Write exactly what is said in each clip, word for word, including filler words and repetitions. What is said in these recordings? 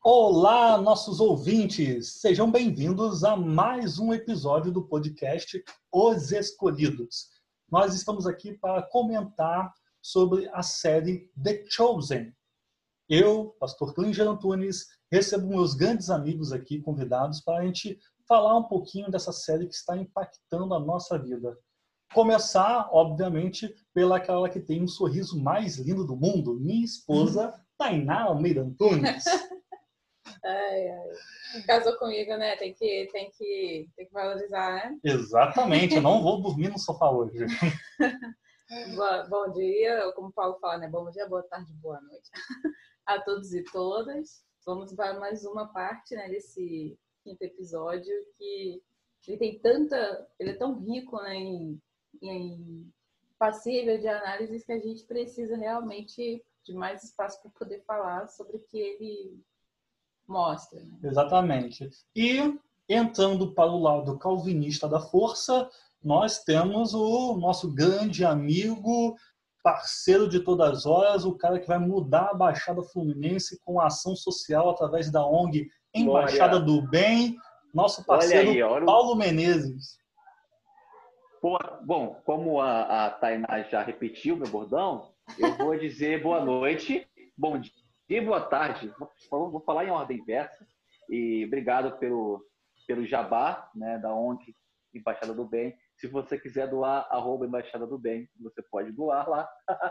Olá, nossos ouvintes! Sejam bem-vindos a mais um episódio do podcast Os Escolhidos. Nós estamos aqui para comentar sobre a série The Chosen. Eu, pastor Klinger Antunes, recebo meus grandes amigos aqui, convidados, para a gente falar um pouquinho dessa série que está impactando a nossa vida. Começar, obviamente, pela aquela que tem um sorriso mais lindo do mundo, minha esposa, Tainá Almeida Antunes. Ai, ai. Casou comigo, né? Tem que, tem que, tem que valorizar, né? Exatamente, eu não vou dormir no sofá hoje. Bom, bom dia, como o Paulo fala, né? Bom dia, boa tarde, boa noite a todos e todas. Vamos para mais uma parte, né, desse quinto episódio que ele tem tanta, ele é tão rico, né, em, em passível de análises que a gente precisa realmente de mais espaço para poder falar sobre o que ele mostra. Né? Exatamente. E entrando para o lado calvinista da força, nós temos o nosso grande amigo, parceiro de todas as horas, o cara que vai mudar a Baixada Fluminense com a ação social através da O N G Embaixada do Bem, nosso parceiro olha aí, olha o... Paulo Menezes. Pô, bom, como a, a Tainá já repetiu meu bordão, eu vou dizer boa noite, bom dia e boa tarde. Vou, vou falar em ordem inversa. E obrigado pelo, pelo jabá, né, da O N G Embaixada do Bem. Se você quiser doar, arroba Embaixada do Bem, você pode doar lá.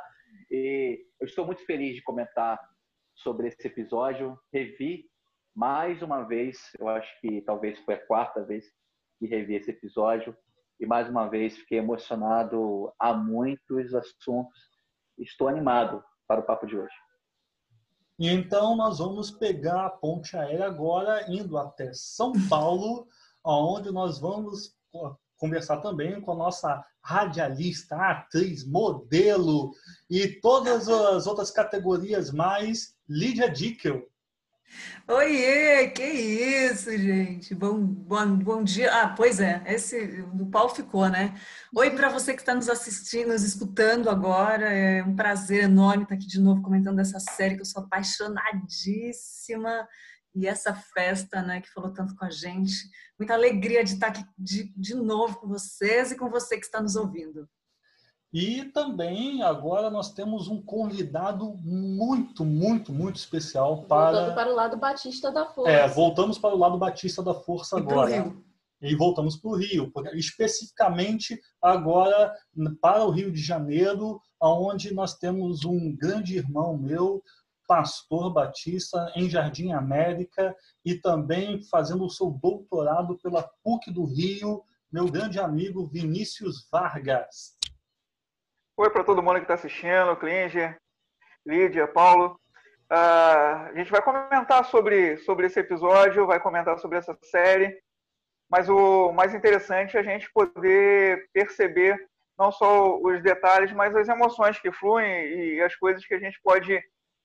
E eu estou muito feliz de comentar sobre esse episódio. Revi mais uma vez, eu acho que talvez foi a quarta vez que revi esse episódio. E mais uma vez fiquei emocionado a muitos assuntos. Estou animado para o papo de hoje. E então nós vamos pegar a ponte aérea agora, indo até São Paulo, onde nós vamos conversar também com a nossa radialista, atriz, modelo e todas as outras categorias mais, Lídia Dickel. Oiê, que isso, gente. Bom, bom, bom dia. Ah, pois é, esse do Paulo ficou, né? Oi para você que está nos assistindo, nos escutando agora. É um prazer enorme estar aqui de novo comentando essa série que eu sou apaixonadíssima. E essa festa, né, que falou tanto com a gente. Muita alegria de estar aqui de, de novo com vocês e com você que está nos ouvindo. E também agora nós temos um convidado muito, muito, muito especial para... Voltando para o lado Batista da Força. É, voltamos para o lado Batista da Força e agora. Pro Rio. E voltamos para o Rio, especificamente agora para o Rio de Janeiro, onde nós temos um grande irmão meu, pastor batista, em Jardim América, e também fazendo o seu doutorado pela P U C do Rio, meu grande amigo Vinícius Vargas. Oi para todo mundo que está assistindo, Klinger, Lídia, Paulo. Uh, a gente vai comentar sobre, sobre esse episódio, vai comentar sobre essa série, mas o mais interessante é a gente poder perceber não só os detalhes, mas as emoções que fluem e as coisas que a gente pode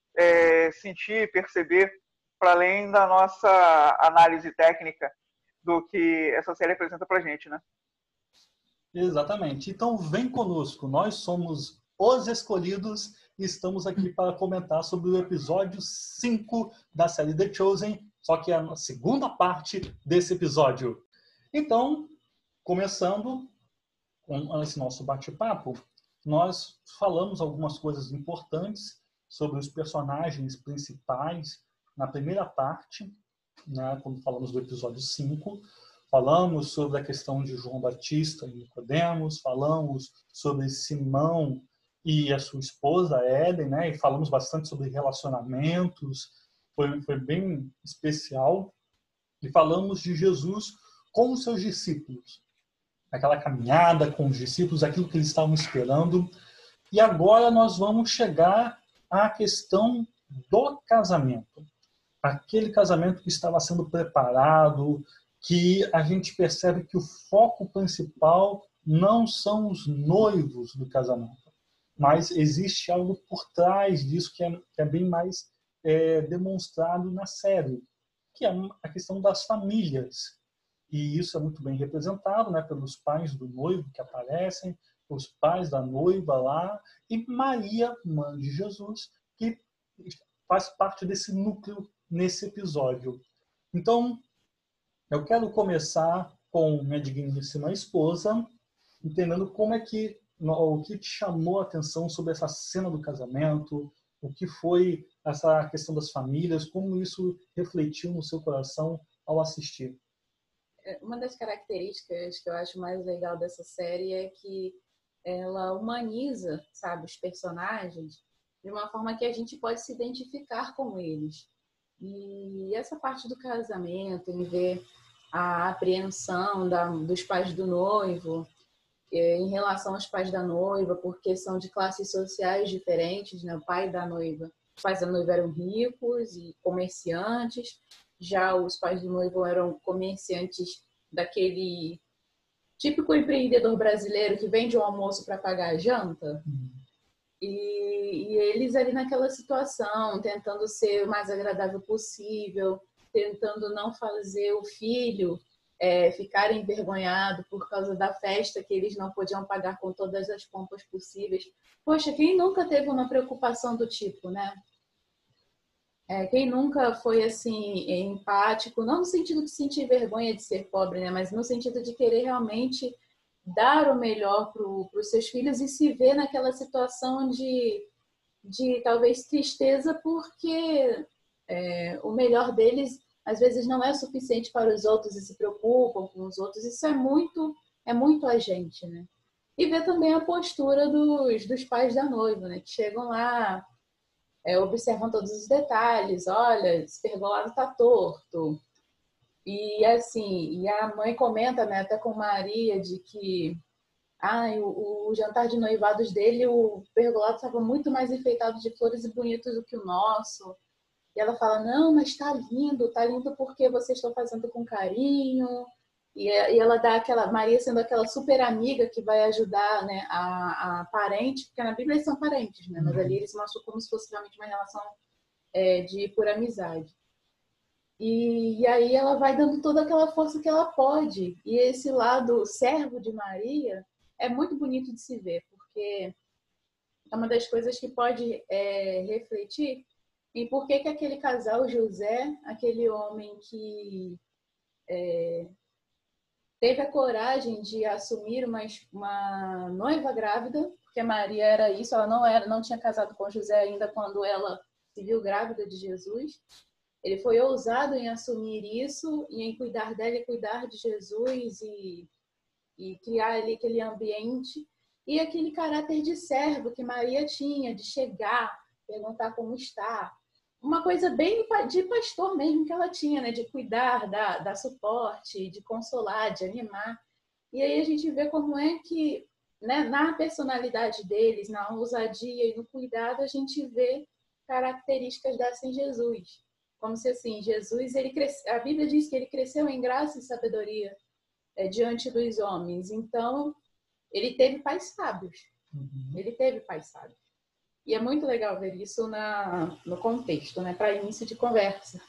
é, sentir, perceber, para além da nossa análise técnica do que essa série apresenta para a gente, né? Exatamente. Então vem conosco, nós somos os escolhidos e estamos aqui para comentar sobre o episódio cinco da série The Chosen, só que é a segunda parte desse episódio. Então, começando com esse nosso bate-papo, nós falamos algumas coisas importantes sobre os personagens principais na primeira parte, né, quando falamos do episódio cinco. Falamos sobre a questão de João Batista e Nicodemos, falamos sobre Simão e a sua esposa, Ellen, né? E falamos bastante sobre relacionamentos, foi, foi bem especial. E falamos de Jesus com os seus discípulos, aquela caminhada com os discípulos, aquilo que eles estavam esperando. E agora nós vamos chegar à questão do casamento. Aquele casamento que estava sendo preparado, que a gente percebe que o foco principal não são os noivos do casamento, mas existe algo por trás disso que é, que é bem mais é, demonstrado na série, que é a questão das famílias. E isso é muito bem representado, né, pelos pais do noivo que aparecem, os pais da noiva lá, e Maria, mãe de Jesus, que faz parte desse núcleo nesse episódio. Então, eu quero começar com minha digníssima esposa, entendendo como é que, o que te chamou a atenção sobre essa cena do casamento, o que foi essa questão das famílias, como isso refletiu no seu coração ao assistir. Uma das características que eu acho mais legal dessa série é que ela humaniza, sabe, os personagens de uma forma que a gente pode se identificar com eles. E essa parte do casamento, em ver a apreensão da, dos pais do noivo em relação aos pais da noiva, porque são de classes sociais diferentes, né? O pai da noiva, os pais da noiva eram ricos e comerciantes, já os pais do noivo eram comerciantes daquele típico empreendedor brasileiro que vende o almoço para pagar a janta. Uhum. E, e eles ali naquela situação, tentando ser o mais agradável possível, tentando não fazer o filho é, ficar envergonhado por causa da festa que eles não podiam pagar com todas as pompas possíveis. Poxa, quem nunca teve uma preocupação do tipo, né? É, quem nunca foi assim empático, não no sentido de sentir vergonha de ser pobre, né? Mas no sentido de querer realmente dar o melhor para os seus filhos e se ver naquela situação de, de talvez tristeza, porque é, o melhor deles às vezes não é suficiente para os outros e se preocupam com os outros. Isso é muito, é muito a gente, né? E ver também a postura dos, dos pais da noiva, né? Que chegam lá, é, observam todos os detalhes. Olha, esse pergolado tá torto. E assim, e a mãe comenta, né, até com Maria, de que ah, o, o jantar de noivados dele, o pergolado estava muito mais enfeitado de flores e bonito do que o nosso. E ela fala, não, mas tá lindo, tá lindo porque vocês estão fazendo com carinho. E, e ela dá aquela, Maria sendo aquela super amiga que vai ajudar, né, a, a parente, porque na Bíblia eles são parentes, né, mas ali eles mostram como se fosse realmente uma relação é, de pura amizade. E, e aí ela vai dando toda aquela força que ela pode. E esse lado servo de Maria é muito bonito de se ver, porque é uma das coisas que pode é, refletir em por que que aquele casal, José, aquele homem que é, teve a coragem de assumir uma, uma noiva grávida, porque Maria era isso, ela não, era, não tinha casado com José ainda quando ela se viu grávida de Jesus. Ele foi ousado em assumir isso e em cuidar dela e cuidar de Jesus e, e criar ali aquele ambiente. E aquele caráter de servo que Maria tinha, de chegar, perguntar como está. Uma coisa bem de pastor mesmo que ela tinha, né? De cuidar, dar, dar suporte, de consolar, de animar. E aí a gente vê como é que, né, na personalidade deles, na ousadia e no cuidado, a gente vê características dessa em Jesus. Como se assim, Jesus, ele cresce... a Bíblia diz que ele cresceu em graça e sabedoria é, diante dos homens. Então, ele teve pais sábios. Uhum. Ele teve pais sábios. E é muito legal ver isso na, no contexto, né? Para início de conversa.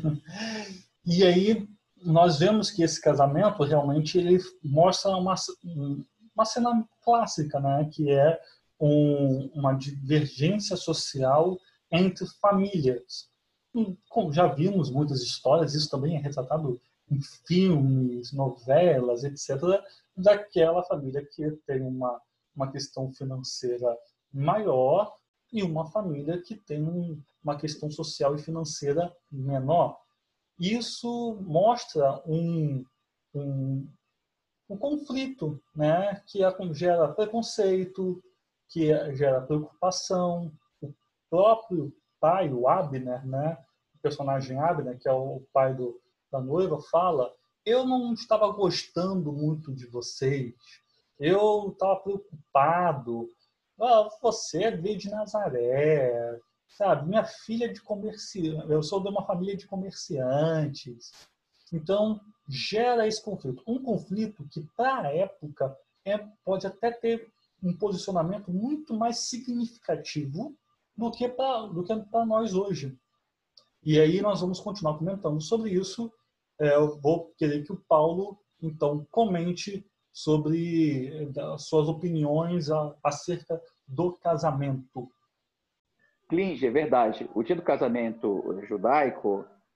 E aí, nós vemos que esse casamento realmente ele mostra uma, uma cena clássica, né? Que é um, uma divergência social entre famílias. Como já vimos muitas histórias, isso também é retratado em filmes, novelas, etcétera, daquela família que tem uma, uma questão financeira maior e uma família que tem um, uma questão social e financeira menor. Isso mostra um, um, um conflito, né, que gera preconceito, que gera preocupação. O próprio pai, o Abner, né, o personagem Abner, que é o pai do, da noiva, fala: eu não estava gostando muito de vocês, eu estava preocupado, ah, você veio de Nazaré, sabe, minha filha é de comerciante, eu sou de uma família de comerciantes. Então, gera esse conflito. Um conflito que, para a época, é, pode até ter um posicionamento muito mais significativo do que para do que para nós hoje. E aí nós vamos continuar comentando sobre isso. É, eu vou querer que o Paulo, então, comente sobre as suas opiniões a, acerca do casamento. Clinge, é verdade. O dia do casamento judaico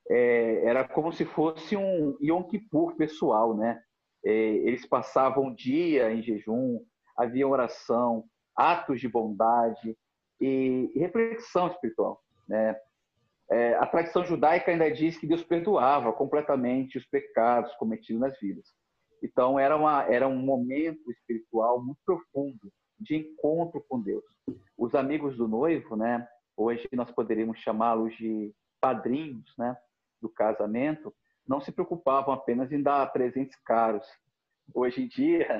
é, era como se fosse um Yom Kippur pessoal, né? É, eles passavam um dia em jejum, havia oração, atos de bondade e, e reflexão espiritual, né? É, a tradição judaica ainda diz que Deus perdoava completamente os pecados cometidos nas vidas. Então, era, uma, era um momento espiritual muito profundo de encontro com Deus. Os amigos do noivo, né, hoje nós poderíamos chamá-los de padrinhos, né, do casamento, não se preocupavam apenas em dar presentes caros. Hoje em dia,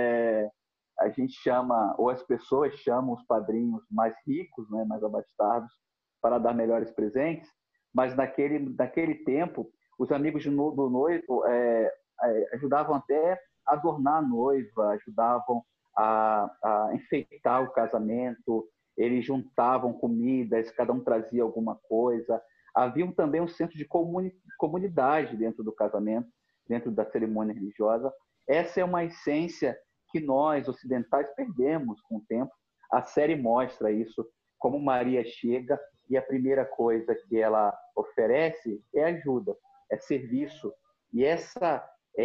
é, a gente chama, ou as pessoas chamam os padrinhos mais ricos, né, mais abastados, para dar melhores presentes, mas naquele, naquele tempo, os amigos do noivo é, ajudavam até a adornar a noiva, ajudavam a, a enfeitar o casamento, eles juntavam comidas, cada um trazia alguma coisa. Havia também um senso de comuni comunidade dentro do casamento, dentro da cerimônia religiosa. Essa é uma essência que nós, ocidentais, perdemos com o tempo. A série mostra isso, como Maria chega e a primeira coisa que ela oferece é ajuda, é serviço. E essa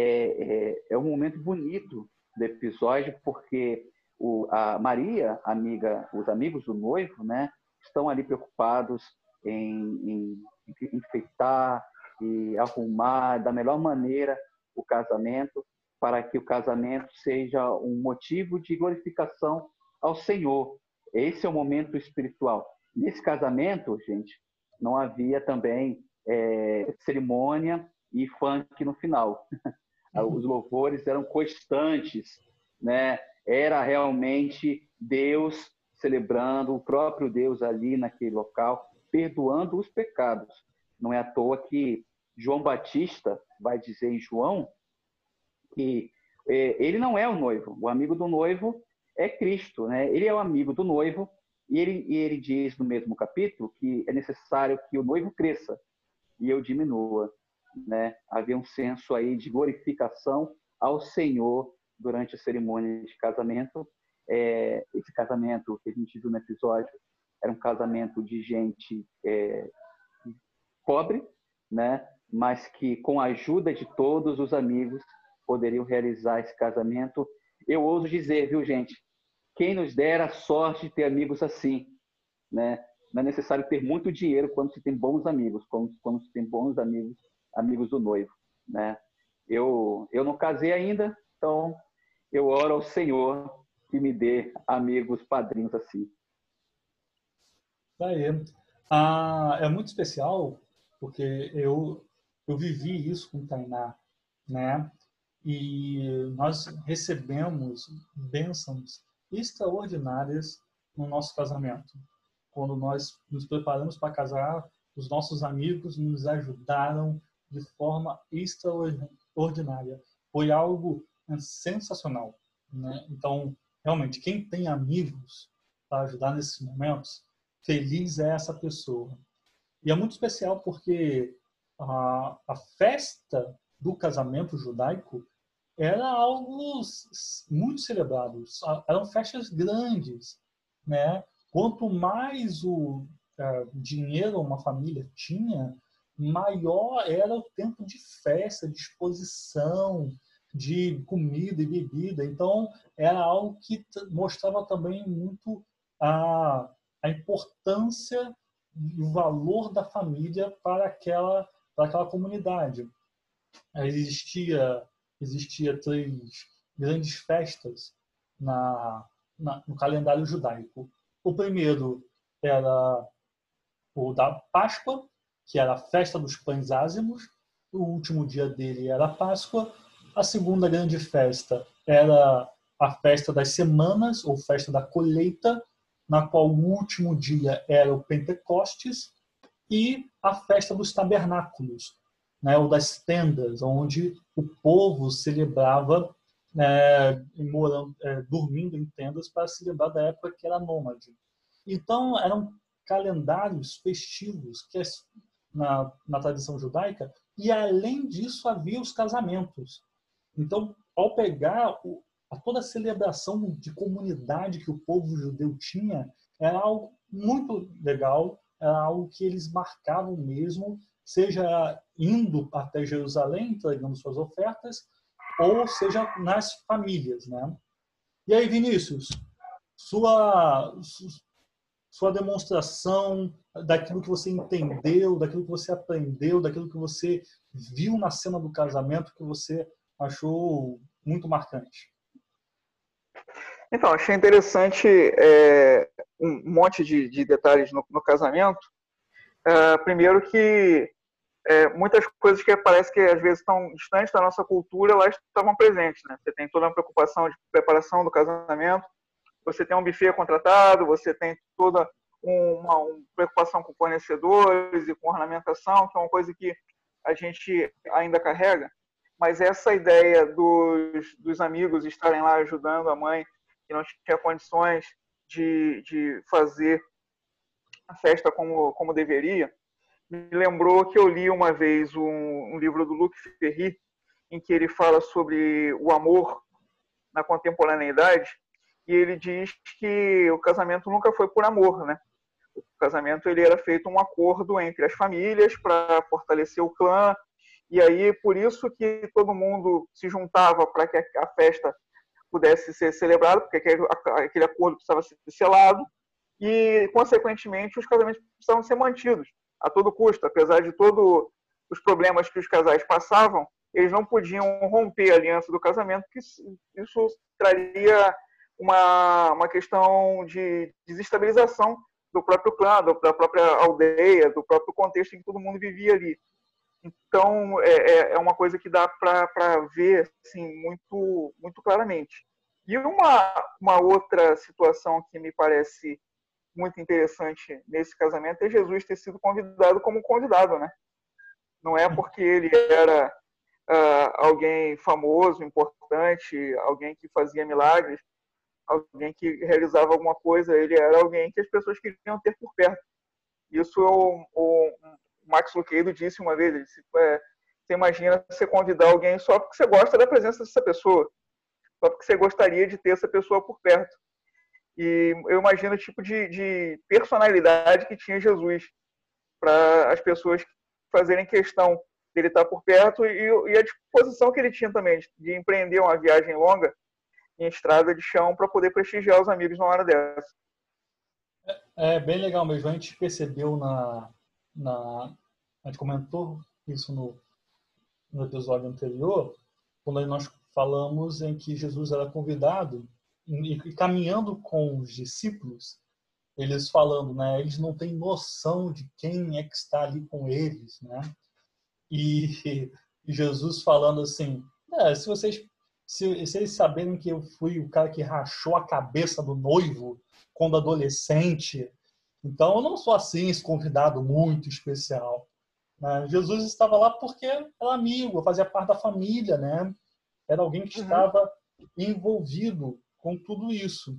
é, é, é um momento bonito do episódio, porque o, a Maria, amiga, os amigos do noivo, né, estão ali preocupados em, em, em enfeitar e arrumar da melhor maneira o casamento, para que o casamento seja um motivo de glorificação ao Senhor. Esse é o momento espiritual. Nesse casamento, gente, não havia também é, cerimônia e funk no final. Os louvores eram constantes, né? Era realmente Deus celebrando, o próprio Deus ali naquele local, perdoando os pecados. Não é à toa que João Batista vai dizer em João que é, ele não é o noivo, o amigo do noivo é Cristo, né? Ele é o amigo do noivo. E ele, e ele diz no mesmo capítulo que é necessário que o noivo cresça e eu diminua, né? Havia um senso aí de glorificação ao Senhor durante a cerimônia de casamento. É, esse casamento que a gente viu no episódio era um casamento de gente é, pobre, né? Mas que com a ajuda de todos os amigos poderiam realizar esse casamento. Eu ouso dizer, viu, gente? Quem nos dera a sorte de ter amigos assim, né? Não é necessário ter muito dinheiro quando se tem bons amigos, quando, quando se tem bons amigos, amigos do noivo, né? Eu, eu não casei ainda, então eu oro ao Senhor que me dê amigos, padrinhos assim. Daí, ah, é muito especial porque eu eu vivi isso com Tainá, né? E nós recebemos bênçãos extraordinárias no nosso casamento. Quando nós nos preparamos para casar, os nossos amigos nos ajudaram de forma extraordinária. Foi algo sensacional, né? Então, realmente, quem tem amigos para ajudar nesses momentos, feliz é essa pessoa. E é muito especial porque a, a festa do casamento judaico era algo muito celebrado. Eram festas grandes, né? Quanto mais o é, dinheiro uma família tinha, maior era o tempo de festa, de exposição, de comida e bebida. Então, era algo que mostrava também muito a, a importância e o valor da família para aquela, para aquela comunidade. Existia existia três grandes festas na, na, no calendário judaico. O primeiro era o da Páscoa, que era a festa dos pães ázimos. O último dia dele era a Páscoa. A segunda grande festa era a festa das semanas, ou festa da colheita, na qual o último dia era o Pentecostes, e a festa dos tabernáculos, né, ou das tendas, onde o povo celebrava é, morando, é, dormindo em tendas para celebrar da época que era nômade. Então, eram calendários festivos que na, na tradição judaica, e além disso havia os casamentos. Então, ao pegar o, a toda a celebração de comunidade que o povo judeu tinha, era algo muito legal, era algo que eles marcavam mesmo, seja indo até Jerusalém, entregando suas ofertas, ou seja nas famílias, né? E aí, Vinícius, sua, sua demonstração daquilo que você entendeu, daquilo que você aprendeu, daquilo que você viu na cena do casamento que você achou muito marcante. Então, achei interessante é, um monte de, de detalhes no, no casamento. É, primeiro que é, muitas coisas que parece que às vezes estão distantes da nossa cultura, elas estavam presentes, né? Você tem toda uma preocupação de preparação do casamento, você tem um buffet contratado, você tem toda uma, uma preocupação com fornecedores e com ornamentação, que é uma coisa que a gente ainda carrega. Mas essa ideia dos, dos amigos estarem lá ajudando a mãe que não tinha condições de, de fazer a festa como, como deveria, me lembrou que eu li uma vez um, um livro do Luc Ferry, em que ele fala sobre o amor na contemporaneidade, e ele diz que o casamento nunca foi por amor, né? O casamento ele era feito um acordo entre as famílias para fortalecer o clã, e aí por isso que todo mundo se juntava para que a festa pudesse ser celebrada, porque aquele, aquele acordo precisava ser selado, e consequentemente os casamentos precisavam ser mantidos a todo custo, apesar de todos os problemas que os casais passavam, eles não podiam romper a aliança do casamento, porque isso traria uma, uma questão de desestabilização do próprio clã, da própria aldeia, do próprio contexto em que todo mundo vivia ali. Então, é, é uma coisa que dá para ver assim, muito, muito claramente. E uma, uma outra situação que me parece muito interessante nesse casamento é Jesus ter sido convidado como convidado, né? Não é porque ele era uh, alguém famoso, importante, alguém que fazia milagres, alguém que realizava alguma coisa, ele era alguém que as pessoas queriam ter por perto. Isso o, o Max Lucado disse uma vez, ele disse, é, você imagina você convidar alguém só porque você gosta da presença dessa pessoa, só porque você gostaria de ter essa pessoa por perto. E eu imagino o tipo de, de personalidade que tinha Jesus para as pessoas fazerem questão dele estar por perto e, e a disposição que ele tinha também de empreender uma viagem longa em estrada de chão para poder prestigiar os amigos na hora dessa. É, é bem legal mesmo. A gente percebeu na, na... A gente comentou isso no, no episódio anterior, quando nós falamos em que Jesus era convidado e caminhando com os discípulos, eles falando, né? Eles não têm noção de quem é que está ali com eles, né? E, e Jesus falando assim, é, se vocês se, se eles saberem que eu fui o cara que rachou a cabeça do noivo quando adolescente, então eu não sou assim esse convidado muito especial, né? Jesus estava lá porque era amigo, fazia parte da família, né? Era alguém que estava uhum. envolvido com tudo isso.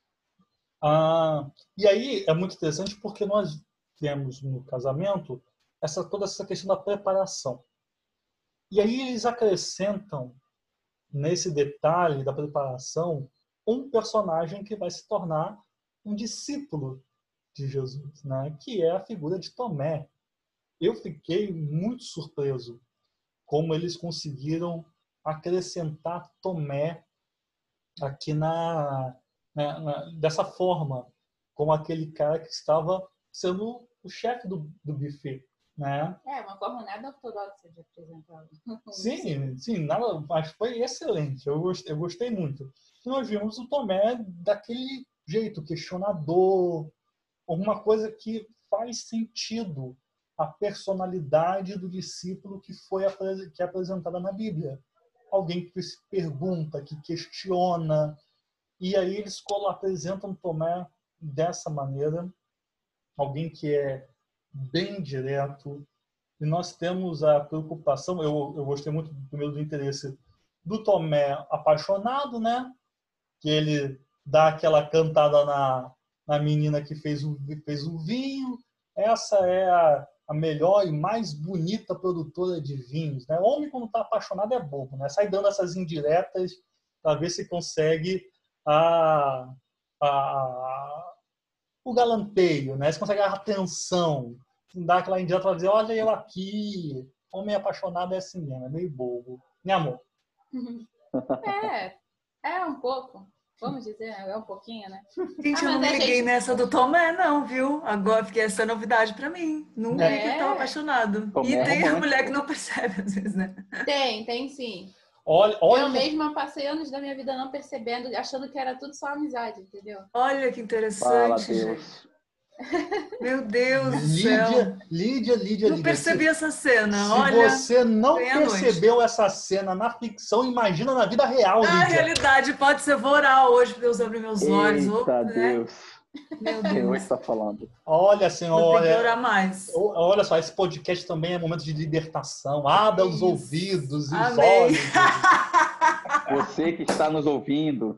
Ah, e aí é muito interessante porque nós temos no casamento essa, toda essa questão da preparação. E aí eles acrescentam nesse detalhe da preparação um personagem que vai se tornar um discípulo de Jesus, né? Que é a figura de Tomé. Eu fiquei muito surpreso como eles conseguiram acrescentar Tomé aqui na, na, na dessa forma, como aquele cara que estava sendo o chefe do, do buffet, né? É, uma forma nada ortodoxa de apresentar. Sim, sim, nada, mas foi excelente, eu gostei, eu gostei muito. E nós vimos o Tomé daquele jeito, questionador, alguma coisa que faz sentido a personalidade do discípulo que foi que é apresentada na Bíblia. Alguém que se pergunta, que questiona. E aí eles apresentam Tomé dessa maneira. Alguém que é bem direto. E nós temos a preocupação, eu, eu gostei muito primeiro do interesse do Tomé apaixonado, né? Que ele dá aquela cantada na, na menina que fez o, fez o vinho. Essa é a, a melhor e mais bonita produtora de vinhos, né? O homem, quando está apaixonado, é bobo, né? Sai dando essas indiretas para ver se consegue a, a, o galanteio, né? Você consegue a atenção, dar aquela indireta para dizer, olha eu aqui, homem apaixonado é assim mesmo, é meio bobo. Né, amor? É, é um pouco. Vamos dizer, é um pouquinho, né? Gente, Ah, eu não mas me a liguei gente- nessa do Tomé, não, viu? Agora, porque essa é novidade pra mim. Nunca vi que ele tava É. apaixonado. Tomé E é tem a romântico. mulher que não percebe, às vezes, né? Tem, tem sim. Olha, olha, Eu mesma passei anos da minha vida não percebendo, achando que era tudo só amizade, entendeu? Olha que Fala, interessante, gente. Deus. Meu Deus do céu. Lídia, Lídia, Lídia, Não Lídia. percebi Se, essa cena. se Olha, você não ganha a noite. percebeu essa cena na ficção, imagina na vida real, Na Lídia. realidade, pode ser, vou orar hoje para Deus abrir meus olhos. Ou, Eita, né? Deus. Meu O Senhor Deus. está falando. Olha, Vou ter que senhora, orar mais. olha só, esse podcast também é momento de libertação. Abra os Isso. ouvidos e os Amém. olhos. Você que está nos ouvindo,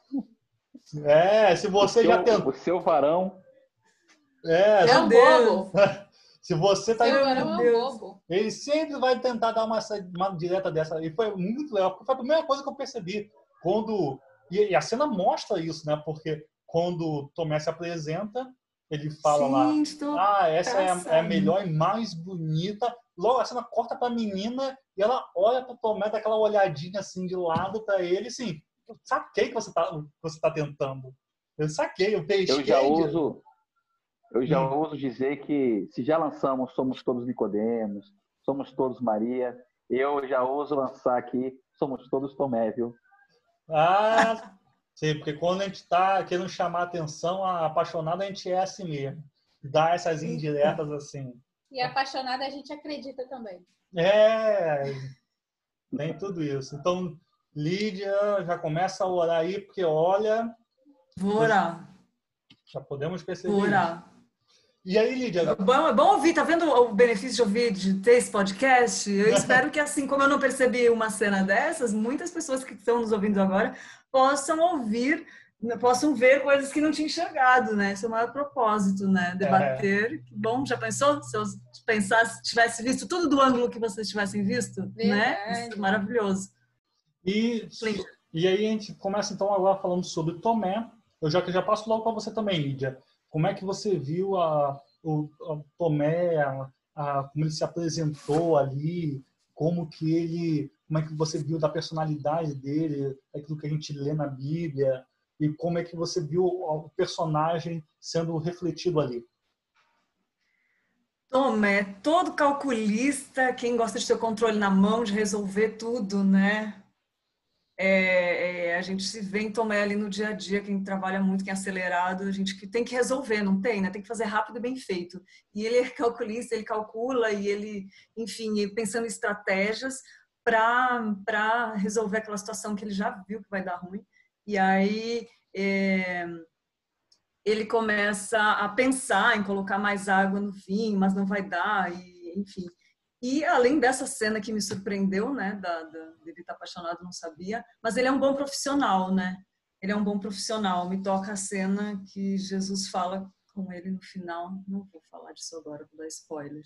É, se o você seu, já tentou. o seu varão, É, É se- um Deus. bobo. se você tá Seu Meu varão é um Deus. bobo. ele sempre vai tentar dar uma, sa- uma direta dessa. E foi muito legal, porque foi a primeira coisa que eu percebi. Quando, e, e a cena mostra isso, né? Porque quando o Tomé se apresenta, ele fala lá, Sim, estou ah, essa é a, é a passada. melhor e mais bonita. Logo a cena corta pra menina e ela olha pro Tomé, dá aquela olhadinha assim de lado pra ele, assim, eu saquei que você tá, que você tá tentando. Eu saquei, eu pesquei. eu já uso, eu já Hum. uso dizer que se já lançamos Somos Todos Nicodemos, Somos Todos Maria, eu já uso lançar aqui Somos Todos Tomé, viu? Ah, sim, porque quando a gente tá querendo chamar atenção, a apaixonada, a gente é assim mesmo. Dá essas indiretas assim. E apaixonada a gente acredita também. É, tem tudo isso. Então, Lídia, já começa a orar aí, porque olha, Vou orar. já podemos perceber Vou isso. orar. E aí, Lídia? É bom, é bom ouvir, tá vendo o benefício de ouvir, de ter esse podcast? Eu espero que, assim como eu não percebi uma cena dessas, muitas pessoas que estão nos ouvindo agora possam ouvir, possam ver coisas que não tinham enxergado, né? Esse é o maior propósito, né? Debater. Que bom, já pensou? Se eu pensasse, tivesse visto tudo do ângulo que vocês tivessem visto, né? Verdade. Isso é maravilhoso. E, e aí a gente começa então agora falando sobre Tomé. Eu já, já passo logo para você também, Lídia. Como é que você viu a, o a Tomé, a, a, como ele se apresentou ali, como que ele, como é que você viu da personalidade dele, aquilo que a gente lê na Bíblia, e como é que você viu o personagem sendo refletido ali? Tomé, todo calculista, quem gosta de ter o controle na mão, de resolver tudo, né? É, é, a gente se vê em Tomé ali no dia a dia, quem trabalha muito, quem é acelerado, a gente que tem que resolver, não tem, né? Tem que fazer rápido e bem feito. E ele é calculista, ele calcula e ele, enfim, pensando em estratégias para resolver aquela situação que ele já viu que vai dar ruim. E aí é, ele começa a pensar em colocar mais água no vinho, mas não vai dar, e, enfim. E além dessa cena que me surpreendeu, né, da, da, dele estar apaixonado, não sabia, mas ele é um bom profissional, né? Ele é um bom profissional. Me toca a cena que Jesus fala com ele no final. Não vou falar disso agora, vou dar spoiler.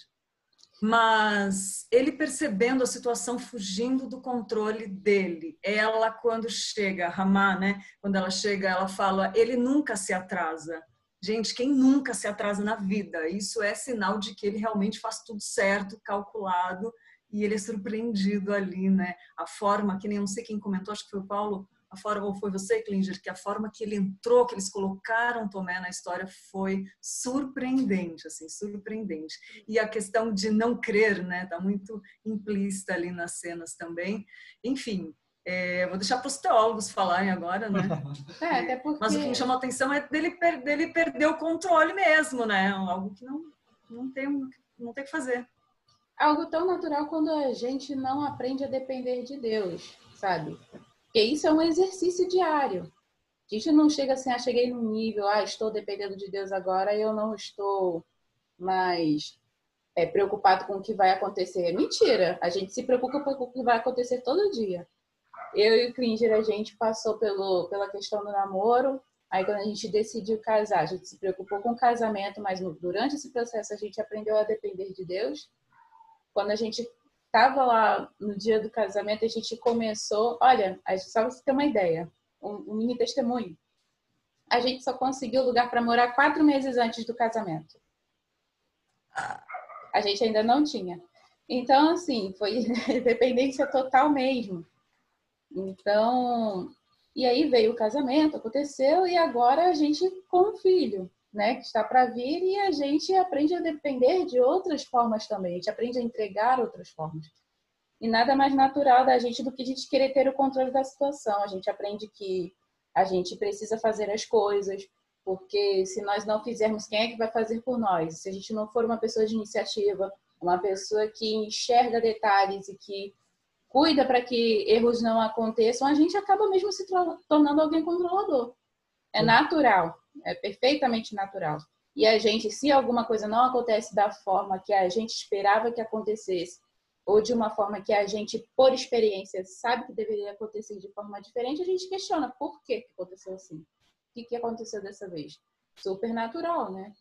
Mas ele percebendo a situação fugindo do controle dele. Ela, quando chega, Ramá, né? Quando ela chega, ela fala, ele nunca se atrasa. Gente, quem nunca se atrasa na vida? Isso é sinal de que ele realmente faz tudo certo, calculado, e ele é surpreendido ali, né? A forma, que nem não sei quem comentou, acho que foi o Paulo, a forma, ou foi você, Klinger, que a forma que ele entrou, que eles colocaram Tomé na história foi surpreendente, assim, surpreendente. E a questão de não crer, né? Tá muito implícita ali nas cenas também. Enfim, é, vou deixar para os teólogos falarem agora, né? É, até porque... Mas o que me chamou a atenção é dele, per dele perder o controle mesmo, né? Algo que não, não tem não tem o que fazer. Algo tão natural quando a gente não aprende a depender de Deus, sabe? Porque isso é um exercício diário. A gente não chega assim, ah, cheguei num nível, ah, estou dependendo de Deus agora e eu não estou mais é, preocupado com o que vai acontecer. Mentira! A gente se preocupa com o que vai acontecer todo dia. Eu e o Klinger, a gente passou pelo, pela questão do namoro. Aí, quando a gente decidiu casar, a gente se preocupou com o casamento, mas no, durante esse processo a gente aprendeu a depender de Deus. Quando a gente estava lá no dia do casamento, a gente começou... Olha, só para você ter uma ideia, um, um mini testemunho. a gente só conseguiu lugar para morar quatro meses antes do casamento. A gente ainda não tinha. Então, assim, foi dependência total mesmo. Então, e aí veio o casamento, aconteceu, e agora a gente com um filho, né, que está para vir, e a gente aprende a depender de outras formas também, a gente aprende a entregar outras formas. E nada mais natural da gente do que a gente querer ter o controle da situação. A gente aprende que a gente precisa fazer as coisas, porque se nós não fizermos, quem é que vai fazer por nós? Se a gente não for uma pessoa de iniciativa, uma pessoa que enxerga detalhes e que cuida para que erros não aconteçam, a gente acaba mesmo se tornando alguém controlador. É natural, é perfeitamente natural. E a gente, se alguma coisa não acontece da forma que a gente esperava que acontecesse, ou de uma forma que a gente, por experiência, sabe que deveria acontecer de forma diferente, a gente questiona por que aconteceu assim. O que, que aconteceu dessa vez? Super natural, né?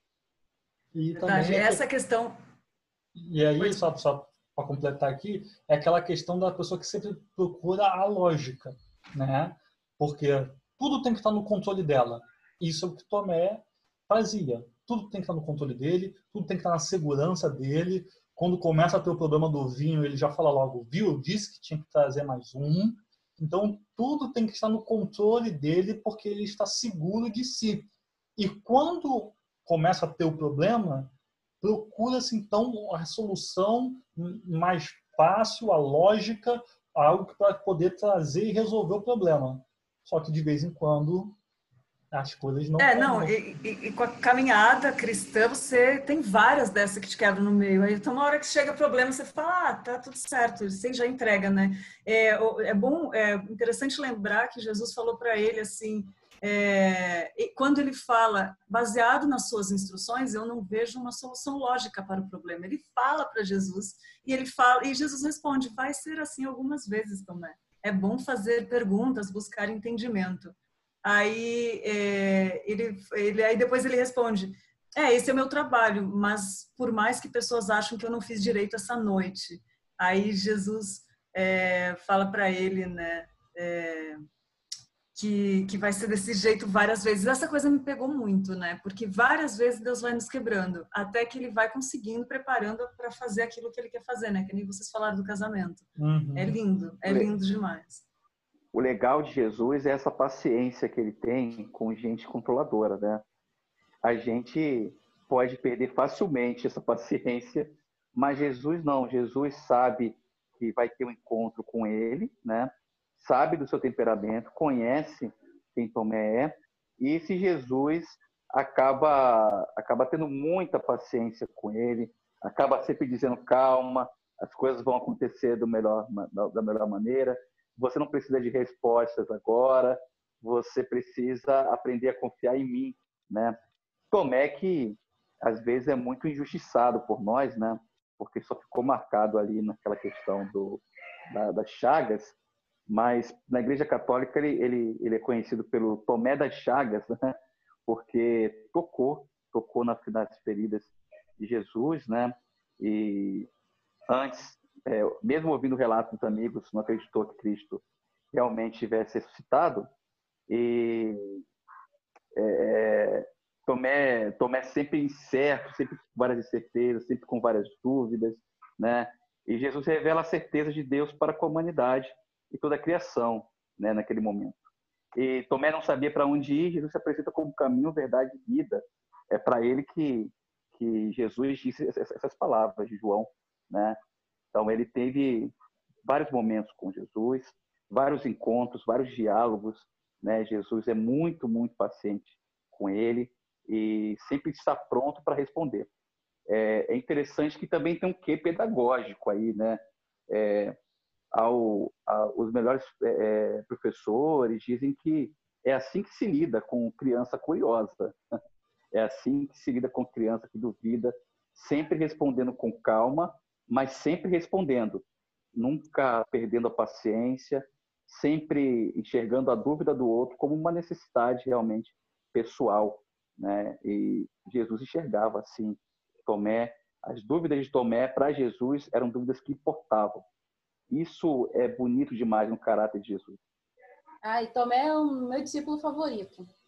E Verdade. também Essa questão... E aí, só, só para completar aqui, é aquela questão da pessoa que sempre procura a lógica, né? Porque tudo tem que estar no controle dela. Isso é o que Tomé fazia. Tudo tem que estar no controle dele, tudo tem que estar na segurança dele. Quando começa a ter o problema do vinho, ele já fala logo, viu? Eu disse que tinha que trazer mais um. Então, tudo tem que estar no controle dele, porque ele está seguro de si. E quando começa a ter o problema, procura-se, então, a solução mais fácil, a lógica, algo para poder trazer e resolver o problema. Só que, de vez em quando, as coisas não... É, não, e, e, e com a caminhada cristã, você tem várias dessas que te quebram no meio. Aí, então, na hora que chega problema, você fala, ah, tá tudo certo, você já entrega, né? É, é bom, é interessante lembrar que Jesus falou para ele, assim, é, quando ele fala, baseado nas suas instruções, eu não vejo uma solução lógica para o problema. Ele fala para Jesus, e ele fala, e Jesus responde, vai ser assim algumas vezes também. É bom fazer perguntas, buscar entendimento. Aí, é, ele, ele, aí depois ele responde, é, esse é o meu trabalho, mas por mais que pessoas acham que eu não fiz direito essa noite. Aí Jesus é, fala para ele, né, é, que, que vai ser desse jeito várias vezes. Essa coisa me pegou muito, né, porque várias vezes Deus vai nos quebrando, até que ele vai conseguindo, preparando para fazer aquilo que ele quer fazer, né, que nem vocês falaram do casamento. Uhum. É lindo, é lindo demais. O legal de Jesus é essa paciência que ele tem com gente controladora, né? A gente pode perder facilmente essa paciência, mas Jesus não. Jesus sabe que vai ter um encontro com ele, né? Sabe do seu temperamento, conhece quem Tomé é, e esse Jesus acaba, acaba tendo muita paciência com ele, acaba sempre dizendo calma, as coisas vão acontecer do melhor, da melhor maneira. Você não precisa de respostas agora, você precisa aprender a confiar em mim, né? Tomé que, às vezes, é muito injustiçado por nós, né? Porque só ficou marcado ali naquela questão do, da, das chagas, mas na Igreja Católica ele, ele, ele é conhecido pelo Tomé das Chagas, né? Porque tocou, tocou nas, nas feridas de Jesus, né? E antes... É, mesmo ouvindo relatos dos amigos, não acreditou que Cristo realmente tivesse ressuscitado. E é, Tomé, Tomé sempre incerto, sempre com várias incertezas, sempre com várias dúvidas, né? E Jesus revela a certeza de Deus para a humanidade e toda a criação, né, naquele momento. E Tomé não sabia para onde ir, Jesus se apresenta como caminho, verdade e vida. É para ele que, que Jesus disse essas palavras de João, né? Então, ele teve vários momentos com Jesus, vários encontros, vários diálogos, né? Jesus é muito, muito paciente com ele e sempre está pronto para responder. É, é interessante que também tem um quê pedagógico aí, né? É, ao, ao, os melhores é, professores dizem que é assim que se lida com criança curiosa, é assim que se lida com criança que duvida, sempre respondendo com calma, mas sempre respondendo, nunca perdendo a paciência, sempre enxergando a dúvida do outro como uma necessidade realmente pessoal, né? E Jesus enxergava assim Tomé, as dúvidas de Tomé para Jesus eram dúvidas que importavam. Isso é bonito demais no caráter de Jesus. Ah, e Tomé é o meu discípulo favorito.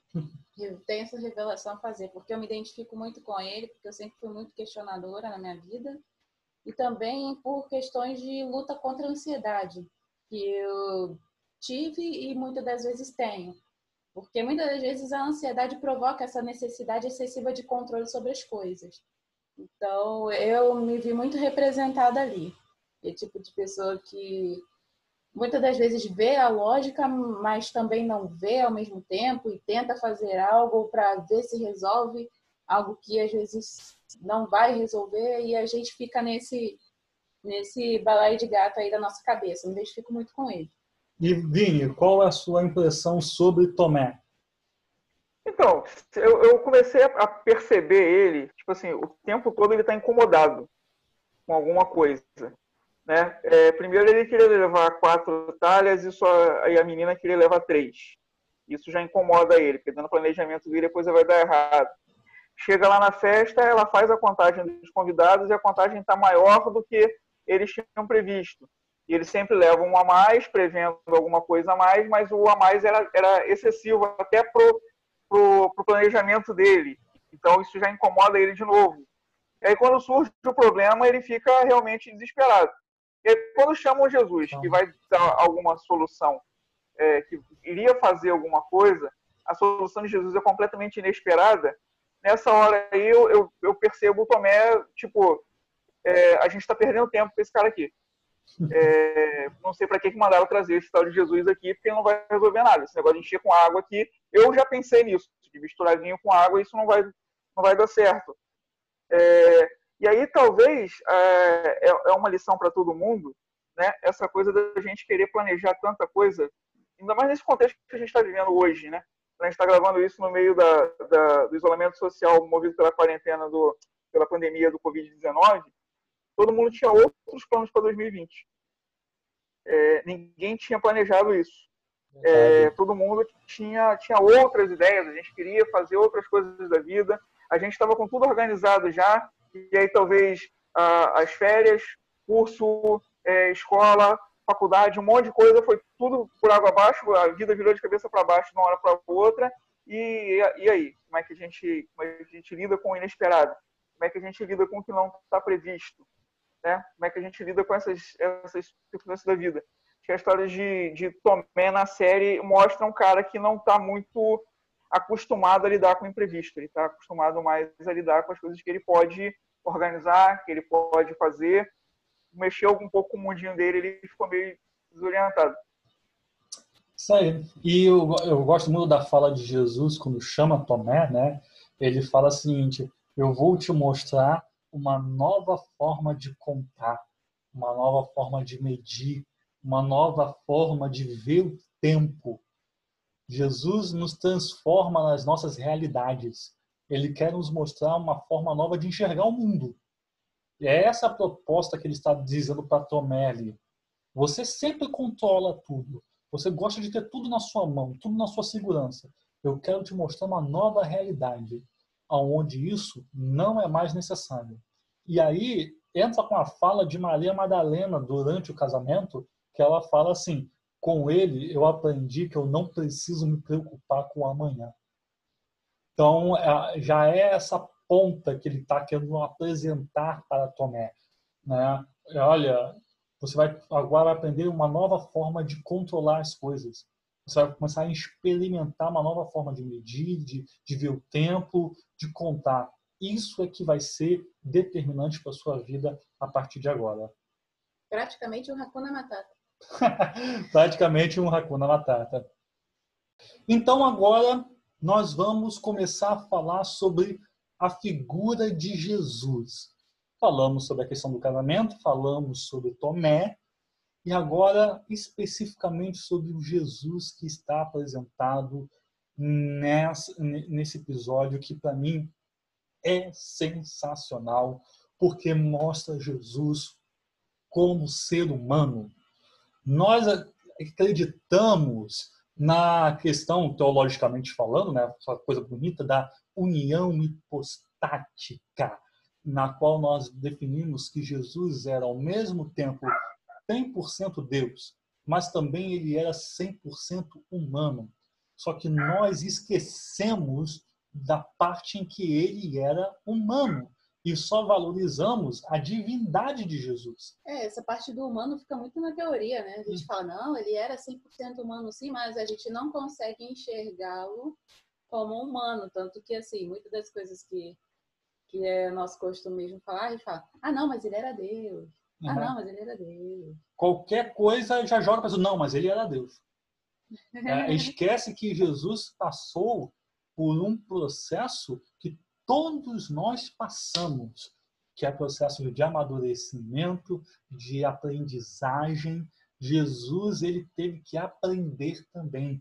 Eu tenho essa revelação a fazer, porque eu me identifico muito com ele, porque eu sempre fui muito questionadora na minha vida, e também por questões de luta contra a ansiedade, que eu tive e muitas das vezes tenho. Porque muitas das vezes a ansiedade provoca essa necessidade excessiva de controle sobre as coisas. Então, eu me vi muito representada ali. É tipo de pessoa que muitas das vezes vê a lógica, mas também não vê ao mesmo tempo e tenta fazer algo para ver se resolve algo que às vezes não vai resolver e a gente fica nesse, nesse balaio de gato aí da nossa cabeça. Eu me identifico muito com ele. E, Vini, qual é a sua impressão sobre Tomé? Então, eu, eu comecei a perceber ele, tipo assim, o tempo todo ele está incomodado com alguma coisa, né? É, primeiro ele queria levar quatro talhas e só aí a menina queria levar três. Isso já incomoda ele, porque dando planejamento dele depois vai dar errado. Chega lá na festa, ela faz a contagem dos convidados e a contagem está maior do que eles tinham previsto. E eles sempre levam um a mais, prevendo alguma coisa a mais, mas o a mais era, era excessivo até pro pro, pro planejamento dele. Então isso já incomoda ele de novo. E aí quando surge o problema, ele fica realmente desesperado. E aí quando chamam Jesus, que vai dar alguma solução, é, que iria fazer alguma coisa, a solução de Jesus é completamente inesperada. Nessa hora aí eu, eu, eu percebo o Tomé, tipo, é, a gente está perdendo tempo com esse cara aqui. É, não sei para que que mandaram trazer esse tal de Jesus aqui, porque ele não vai resolver nada. Esse negócio de encher com água aqui, eu já pensei nisso, de misturar vinho com água, isso não vai, não vai dar certo. É, e aí talvez é, é uma lição para todo mundo, né? Essa coisa da gente querer planejar tanta coisa, ainda mais nesse contexto que a gente está vivendo hoje, né? A gente está gravando isso no meio da, da, do isolamento social movido pela quarentena, do, pela pandemia do covid dezenove. Todo mundo tinha outros planos para dois mil e vinte. É, ninguém tinha planejado isso. É, todo mundo tinha, tinha outras ideias, a gente queria fazer outras coisas da vida, a gente estava com tudo organizado já, e aí talvez a, as férias, curso, é, escola, faculdade, um monte de coisa, foi tudo por água abaixo, a vida virou de cabeça para baixo de uma hora para outra, e, e aí? Como é, que a gente, como é que a gente lida com o inesperado? Como é que a gente lida com o que não está previsto? Né? Como é que a gente lida com essas, essas circunstâncias da vida? Acho que a história de, de Tomé na série mostra um cara que não está muito acostumado a lidar com o imprevisto. Ele está acostumado mais a lidar com as coisas que ele pode organizar, que ele pode fazer. Mexeu um pouco com o mundinho dele, ele ficou meio desorientado. Isso aí. E eu, eu gosto muito da fala de Jesus quando chama Tomé, né? Ele fala o seguinte: eu vou te mostrar uma nova forma de contar, uma nova forma de medir, uma nova forma de ver o tempo. Jesus nos transforma nas nossas realidades. Ele quer nos mostrar uma forma nova de enxergar o mundo. E é essa a proposta que ele está dizendo para Tomé ali. Você sempre controla tudo. Você gosta de ter tudo na sua mão, tudo na sua segurança. Eu quero te mostrar uma nova realidade, onde isso não é mais necessário. E aí entra com a fala de Maria Madalena durante o casamento, que ela fala assim: com ele eu aprendi que eu não preciso me preocupar com o amanhã. Então já é essa ponta que ele está querendo apresentar para Tomé, né? Olha, você vai agora aprender uma nova forma de controlar as coisas. Você vai começar a experimentar uma nova forma de medir, de, de ver o tempo, de contar. Isso é que vai ser determinante para a sua vida a partir de agora. Praticamente um Hakuna Matata. Praticamente um Hakuna Matata. Então agora nós vamos começar a falar sobre a figura de Jesus. Falamos sobre a questão do casamento, falamos sobre Tomé, e agora especificamente sobre o Jesus que está apresentado nessa, nesse episódio, que para mim é sensacional, porque mostra Jesus como ser humano. Nós acreditamos na questão, teologicamente falando, né, essa coisa bonita da união hipostática, na qual nós definimos que Jesus era ao mesmo tempo cem por cento Deus, mas também ele era cem por cento humano. Só que nós esquecemos da parte em que ele era humano e só valorizamos a divindade de Jesus. É, essa parte do humano fica muito na teoria, né? A gente fala, não, ele era cem por cento humano sim, mas a gente não consegue enxergá-lo como humano. Tanto que, assim, muitas das coisas que, que é nosso costume mesmo falar, a gente fala, ah, não, mas ele era Deus. Ah, Uhum. não, mas ele era Deus. Qualquer coisa já joga para não, mas ele era Deus. É, esquece que Jesus passou por um processo que todos nós passamos, que é o processo de amadurecimento, de aprendizagem. Jesus, ele teve que aprender também.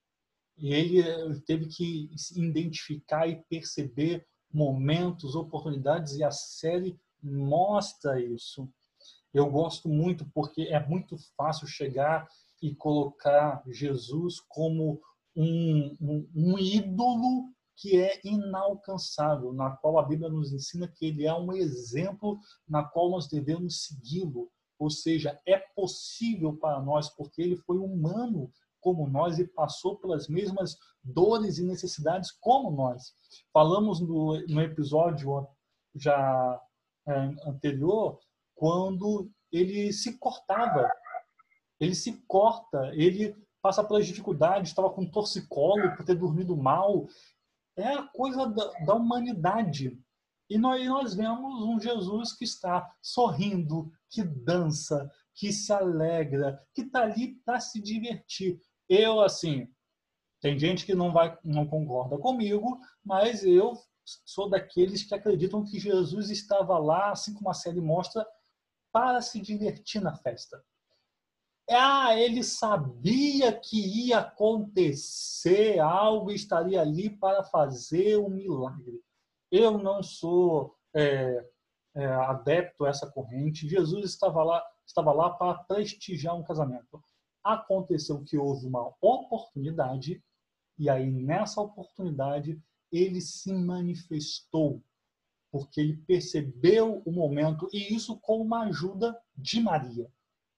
Ele teve que identificar e perceber momentos, oportunidades, e a série mostra isso. Eu gosto muito porque é muito fácil chegar e colocar Jesus como um, um, um ídolo que é inalcançável, na qual a Bíblia nos ensina que ele é um exemplo na qual nós devemos segui-lo. Ou seja, é possível para nós, porque ele foi humano como nós e passou pelas mesmas dores e necessidades como nós. Falamos no, no episódio já é, anterior, quando ele se cortava. Ele se corta, ele passa pelas dificuldades, estava com torcicolo por ter dormido mal. É a coisa da, da humanidade. E nós, nós vemos um Jesus que está sorrindo, que dança, que se alegra, que está ali para se divertir. Eu, assim, tem gente que não, vai, não concorda comigo, mas eu sou daqueles que acreditam que Jesus estava lá, assim como a série mostra, para se divertir na festa. Ah, ele sabia que ia acontecer algo e estaria ali para fazer um milagre. Eu não sou é, é, adepto a essa corrente. Jesus estava lá, estava lá para prestigiar um casamento. Aconteceu que houve uma oportunidade, e aí nessa oportunidade ele se manifestou, porque ele percebeu o momento, e isso com uma ajuda de Maria.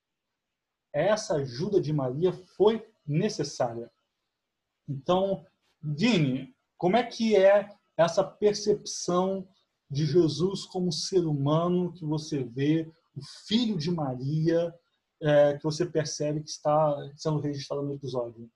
Essa ajuda de Maria foi necessária. Então, Vini, como é que é essa percepção de Jesus como ser humano que você vê, o filho de Maria, é, que você percebe que está sendo registrado no episódio?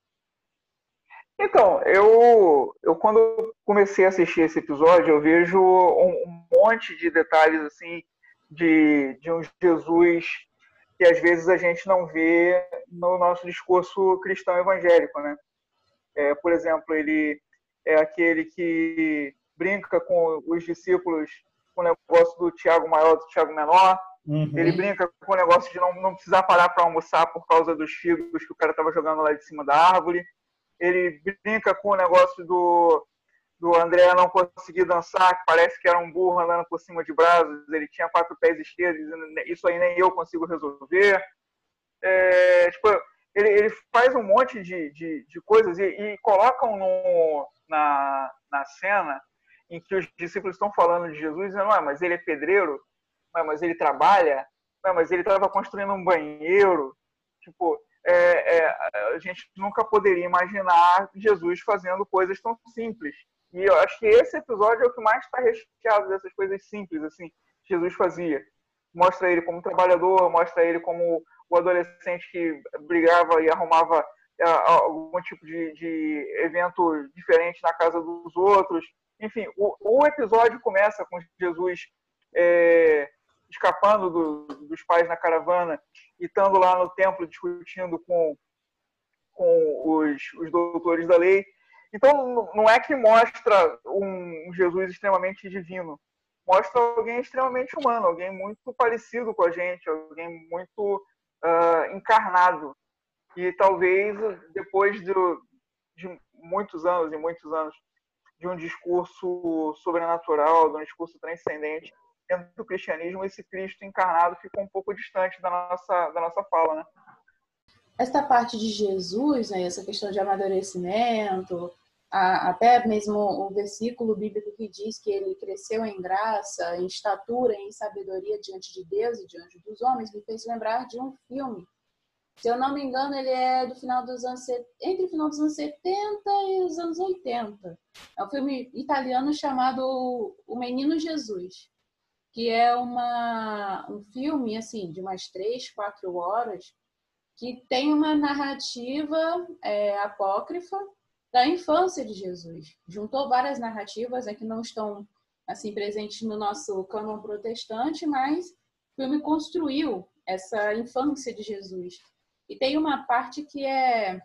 Então, eu, eu quando comecei a assistir esse episódio, eu vejo um, um monte de detalhes assim de, de um Jesus que às vezes a gente não vê no nosso discurso cristão evangélico, né? É, por exemplo, ele é aquele que brinca com os discípulos com o negócio do Tiago maior do Tiago menor. Uhum. Ele brinca com o negócio de não, não precisar parar para almoçar por causa dos figos que o cara estava jogando lá de cima da árvore. Ele brinca com o negócio do, do André não conseguir dançar, que parece que era um burro andando por cima de brasas. Ele tinha quatro pés esquerdos, isso aí nem eu consigo resolver. É, tipo, ele, ele faz um monte de, de, de coisas e, e colocam no, na, na cena em que os discípulos estão falando de Jesus, dizendo, ah, mas ele é pedreiro, ah, mas ele trabalha, ah, mas ele estava construindo um banheiro. Tipo, é, é, a gente nunca poderia imaginar Jesus fazendo coisas tão simples. E eu acho que esse episódio é o que mais está recheado dessas coisas simples, assim, que Jesus fazia. Mostra ele como trabalhador, mostra ele como o adolescente que brigava e arrumava algum tipo de, de evento diferente na casa dos outros. Enfim, o, o episódio começa com Jesus é, escapando do, dos pais na caravana e estando lá no templo discutindo com, com os, os doutores da lei. Então, não é que mostra um Jesus extremamente divino. Mostra alguém extremamente humano, alguém muito parecido com a gente, alguém muito uh, encarnado. E talvez, depois de, de muitos anos e muitos anos de um discurso sobrenatural, de um discurso transcendente dentro do cristianismo, esse Cristo encarnado ficou um pouco distante da nossa, da nossa fala, né? Essa parte de Jesus, né, essa questão de amadurecimento, a, até mesmo o versículo bíblico que diz que ele cresceu em graça, em estatura, em sabedoria diante de Deus e diante dos homens, me fez lembrar de um filme Se eu não me engano, ele é do final dos anos entre o final dos anos setenta e os anos oitenta. É um filme italiano chamado O Menino Jesus, que é uma, um filme assim de umas três, quatro horas, que tem uma narrativa é, apócrifa da infância de Jesus. Juntou várias narrativas, né, que não estão assim presentes no nosso cânon protestante, mas o filme construiu essa infância de Jesus. E tem uma parte que é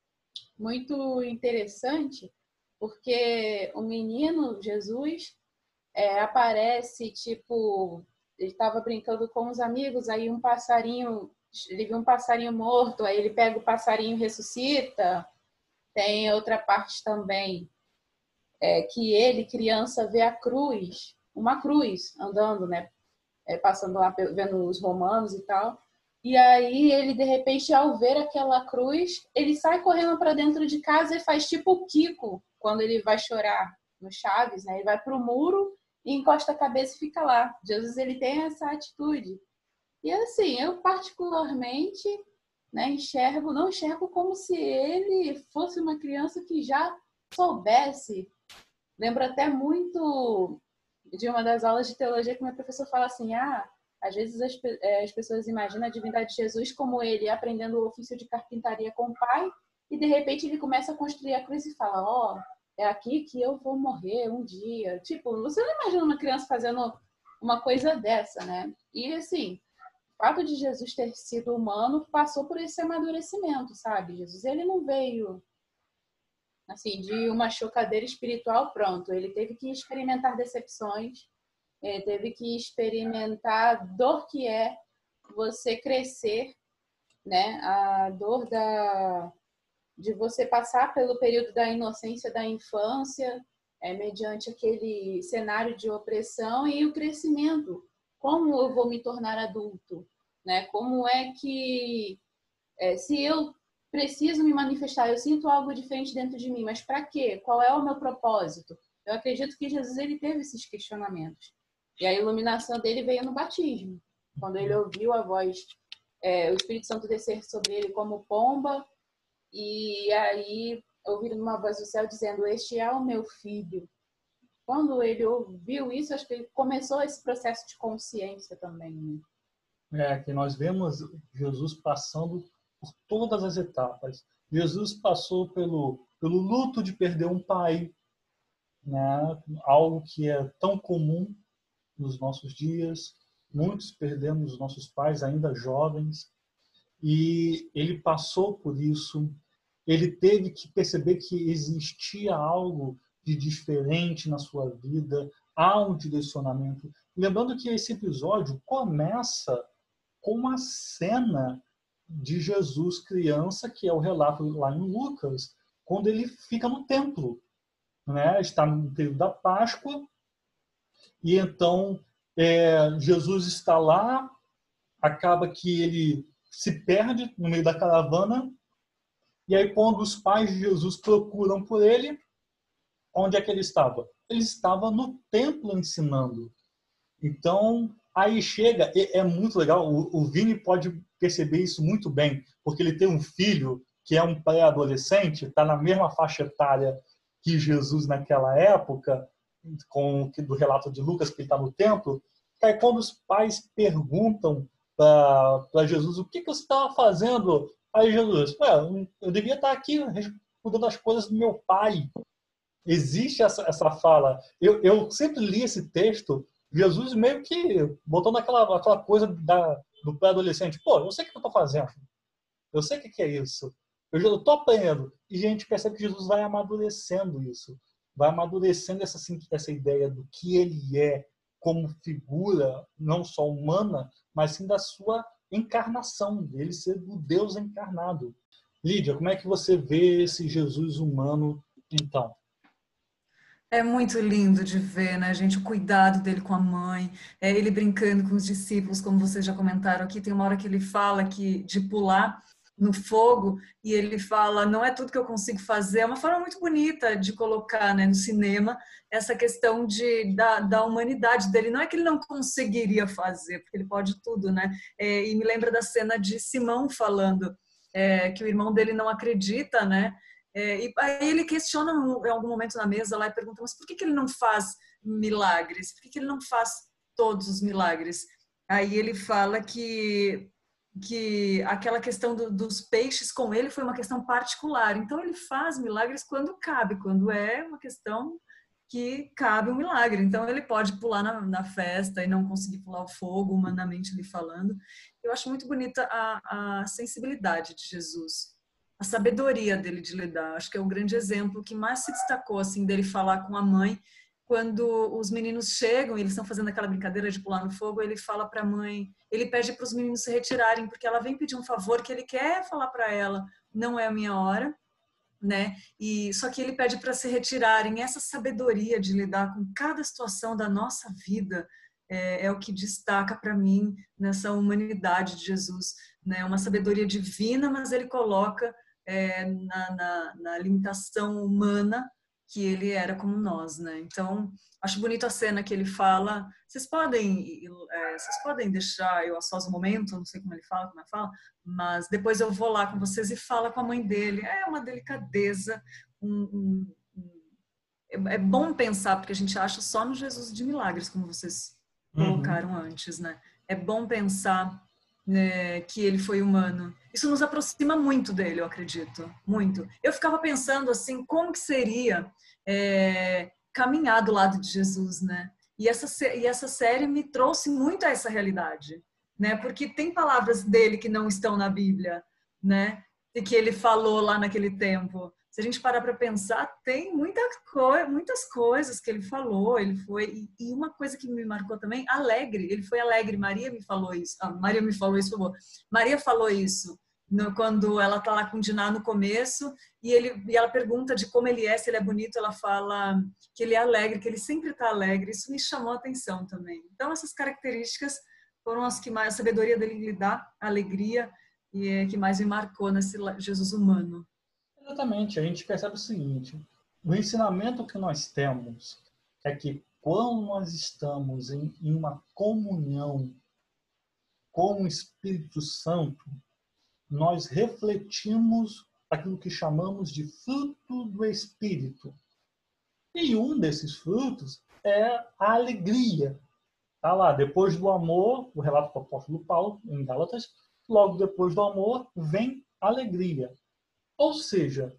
muito interessante, porque o menino Jesus é, aparece, tipo, ele estava brincando com os amigos, aí um passarinho, ele viu um passarinho morto, aí ele pega o passarinho e ressuscita. Tem outra parte também, é, que ele, criança, vê a cruz, uma cruz andando, né? É, passando lá, vendo os romanos e tal. E aí ele, de repente, ao ver aquela cruz, ele sai correndo para dentro de casa e faz tipo o Kiko, quando ele vai chorar no Chaves, né? Ele vai pro muro e encosta a cabeça e fica lá. Jesus, ele tem essa atitude. E assim, eu particularmente, né, enxergo, não enxergo como se ele fosse uma criança que já soubesse. Lembro até muito de uma das aulas de teologia que meu professor fala assim, ah, às vezes as, as pessoas imaginam a divindade de Jesus como ele aprendendo o ofício de carpintaria com o pai e de repente ele começa a construir a cruz e fala, ó, oh, é aqui que eu vou morrer um dia. Tipo, você não imagina uma criança fazendo uma coisa dessa, né? E assim, o fato de Jesus ter sido humano passou por esse amadurecimento, sabe? Jesus, ele não veio assim, de uma chocadeira espiritual, pronto. Ele teve que experimentar decepções, ele teve que experimentar a dor que é você crescer, né? A dor da, de você passar pelo período da inocência da infância, é, mediante aquele cenário de opressão e o crescimento. Como eu vou me tornar adulto? Né? Como é que, é, se eu preciso me manifestar, eu sinto algo diferente dentro de mim, mas para quê? Qual é o meu propósito? Eu acredito que Jesus ele teve esses questionamentos. E a iluminação dele veio no batismo, quando ele ouviu a voz, é, o Espírito Santo descer sobre ele como pomba, e aí ouviram uma voz do céu dizendo, este é o meu filho. Quando ele ouviu isso, acho que ele começou esse processo de consciência também. Né? É, que nós vemos Jesus passando por todas as etapas. Jesus passou pelo, pelo luto de perder um pai, né? Algo que é tão comum nos nossos dias. Muitos perdemos os nossos pais ainda jovens. E ele passou por isso. Ele teve que perceber que existia algo de diferente na sua vida. Há um direcionamento. Lembrando que esse episódio começa com uma cena de Jesus criança, que é o relato lá em Lucas, quando ele fica no templo, né? Está no período da Páscoa, e então é, Jesus está lá, acaba que ele se perde no meio da caravana, e aí quando os pais de Jesus procuram por ele, onde é que ele estava? Ele estava no templo ensinando. Então, aí chega, é muito legal, o, o Vini pode perceber isso muito bem, porque ele tem um filho que é um pré-adolescente, está na mesma faixa etária que Jesus naquela época, com do relato de Lucas, que ele está no templo. Aí quando os pais perguntam para Jesus, o que, que você estava fazendo? Aí Jesus, ué, eu devia estar aqui cuidando das coisas do meu pai. Existe essa, essa fala. Eu, eu sempre li esse texto, Jesus meio que botando aquela, aquela coisa da, do pré-adolescente. Pô, eu sei o que eu estou fazendo. Eu sei o que é isso. Eu estou aprendendo. E a gente percebe que Jesus vai amadurecendo isso. Vai amadurecendo essa, essa ideia do que ele é como figura, não só humana, mas sim da sua encarnação, dele ser o Deus encarnado. Lídia, como é que você vê esse Jesus humano, então? É muito lindo de ver, né, gente, o cuidado dele com a mãe, é, ele brincando com os discípulos, como vocês já comentaram aqui, tem uma hora que ele fala que, de pular no fogo, e ele fala, não é tudo que eu consigo fazer. É uma forma muito bonita de colocar, né, no cinema essa questão de, da, da humanidade dele. Não é que ele não conseguiria fazer, porque ele pode tudo, né? É, e me lembra da cena de Simão falando é, que o irmão dele não acredita, né? É, e aí ele questiona em algum momento na mesa lá e pergunta, mas por que, que ele não faz milagres? Por que, que ele não faz todos os milagres? Aí ele fala que que aquela questão do, dos peixes com ele foi uma questão particular. Então ele faz milagres quando cabe, quando é uma questão que cabe um milagre. Então ele pode pular na, na festa e não conseguir pular o fogo, humanamente lhe falando. Eu acho muito bonita a, a sensibilidade de Jesus, a sabedoria dele de lidar. Acho que é o grande exemplo que mais se destacou, assim, dele falar com a mãe. Quando os meninos chegam, eles estão fazendo aquela brincadeira de pular no fogo, ele fala para a mãe, ele pede para os meninos se retirarem, porque ela vem pedir um favor que ele quer falar para ela, não é a minha hora, né? E só que ele pede para se retirarem. Essa sabedoria de lidar com cada situação da nossa vida é, é o que destaca para mim nessa humanidade de Jesus, né? Uma sabedoria divina, mas ele coloca é, na, na, na limitação humana que ele era como nós, né? Então, acho bonito a cena que ele fala, vocês podem, é, vocês podem deixar eu a sós um momento, não sei como ele fala, como ele fala, mas depois eu vou lá com vocês e fala com a mãe dele. É uma delicadeza, um, um, um, é bom pensar, porque a gente acha só no Jesus de milagres, como vocês colocaram uhum. antes, né? É bom pensar né, que ele foi humano. Isso nos aproxima muito dele, eu acredito, muito. Eu ficava pensando assim, como que seria é, caminhar do lado de Jesus, né? E essa, e essa série me trouxe muito a essa realidade, né? Porque tem palavras dele que não estão na Bíblia, né? E que ele falou lá naquele tempo. Se a gente parar para pensar, tem muita co muitas coisas que ele falou. Ele foi e uma coisa que me marcou também, alegre. Ele foi alegre. Maria me falou isso. Ah, Maria me falou isso, por favor. Maria falou isso no, quando ela tá lá com o Diná no começo e ele e ela pergunta de como ele é, se ele é bonito. Ela fala que ele é alegre, que ele sempre tá alegre. Isso me chamou a atenção também. Então essas características foram as que mais a sabedoria dele lhe dá, a alegria e é que mais me marcou nesse Jesus humano. Exatamente, a gente percebe o seguinte, o ensinamento que nós temos é que quando nós estamos em, em uma comunhão com o Espírito Santo, nós refletimos aquilo que chamamos de fruto do Espírito. E um desses frutos é a alegria. Tá lá, depois do amor, o relato do apóstolo Paulo, em Gálatas, logo depois do amor vem a alegria. Ou seja,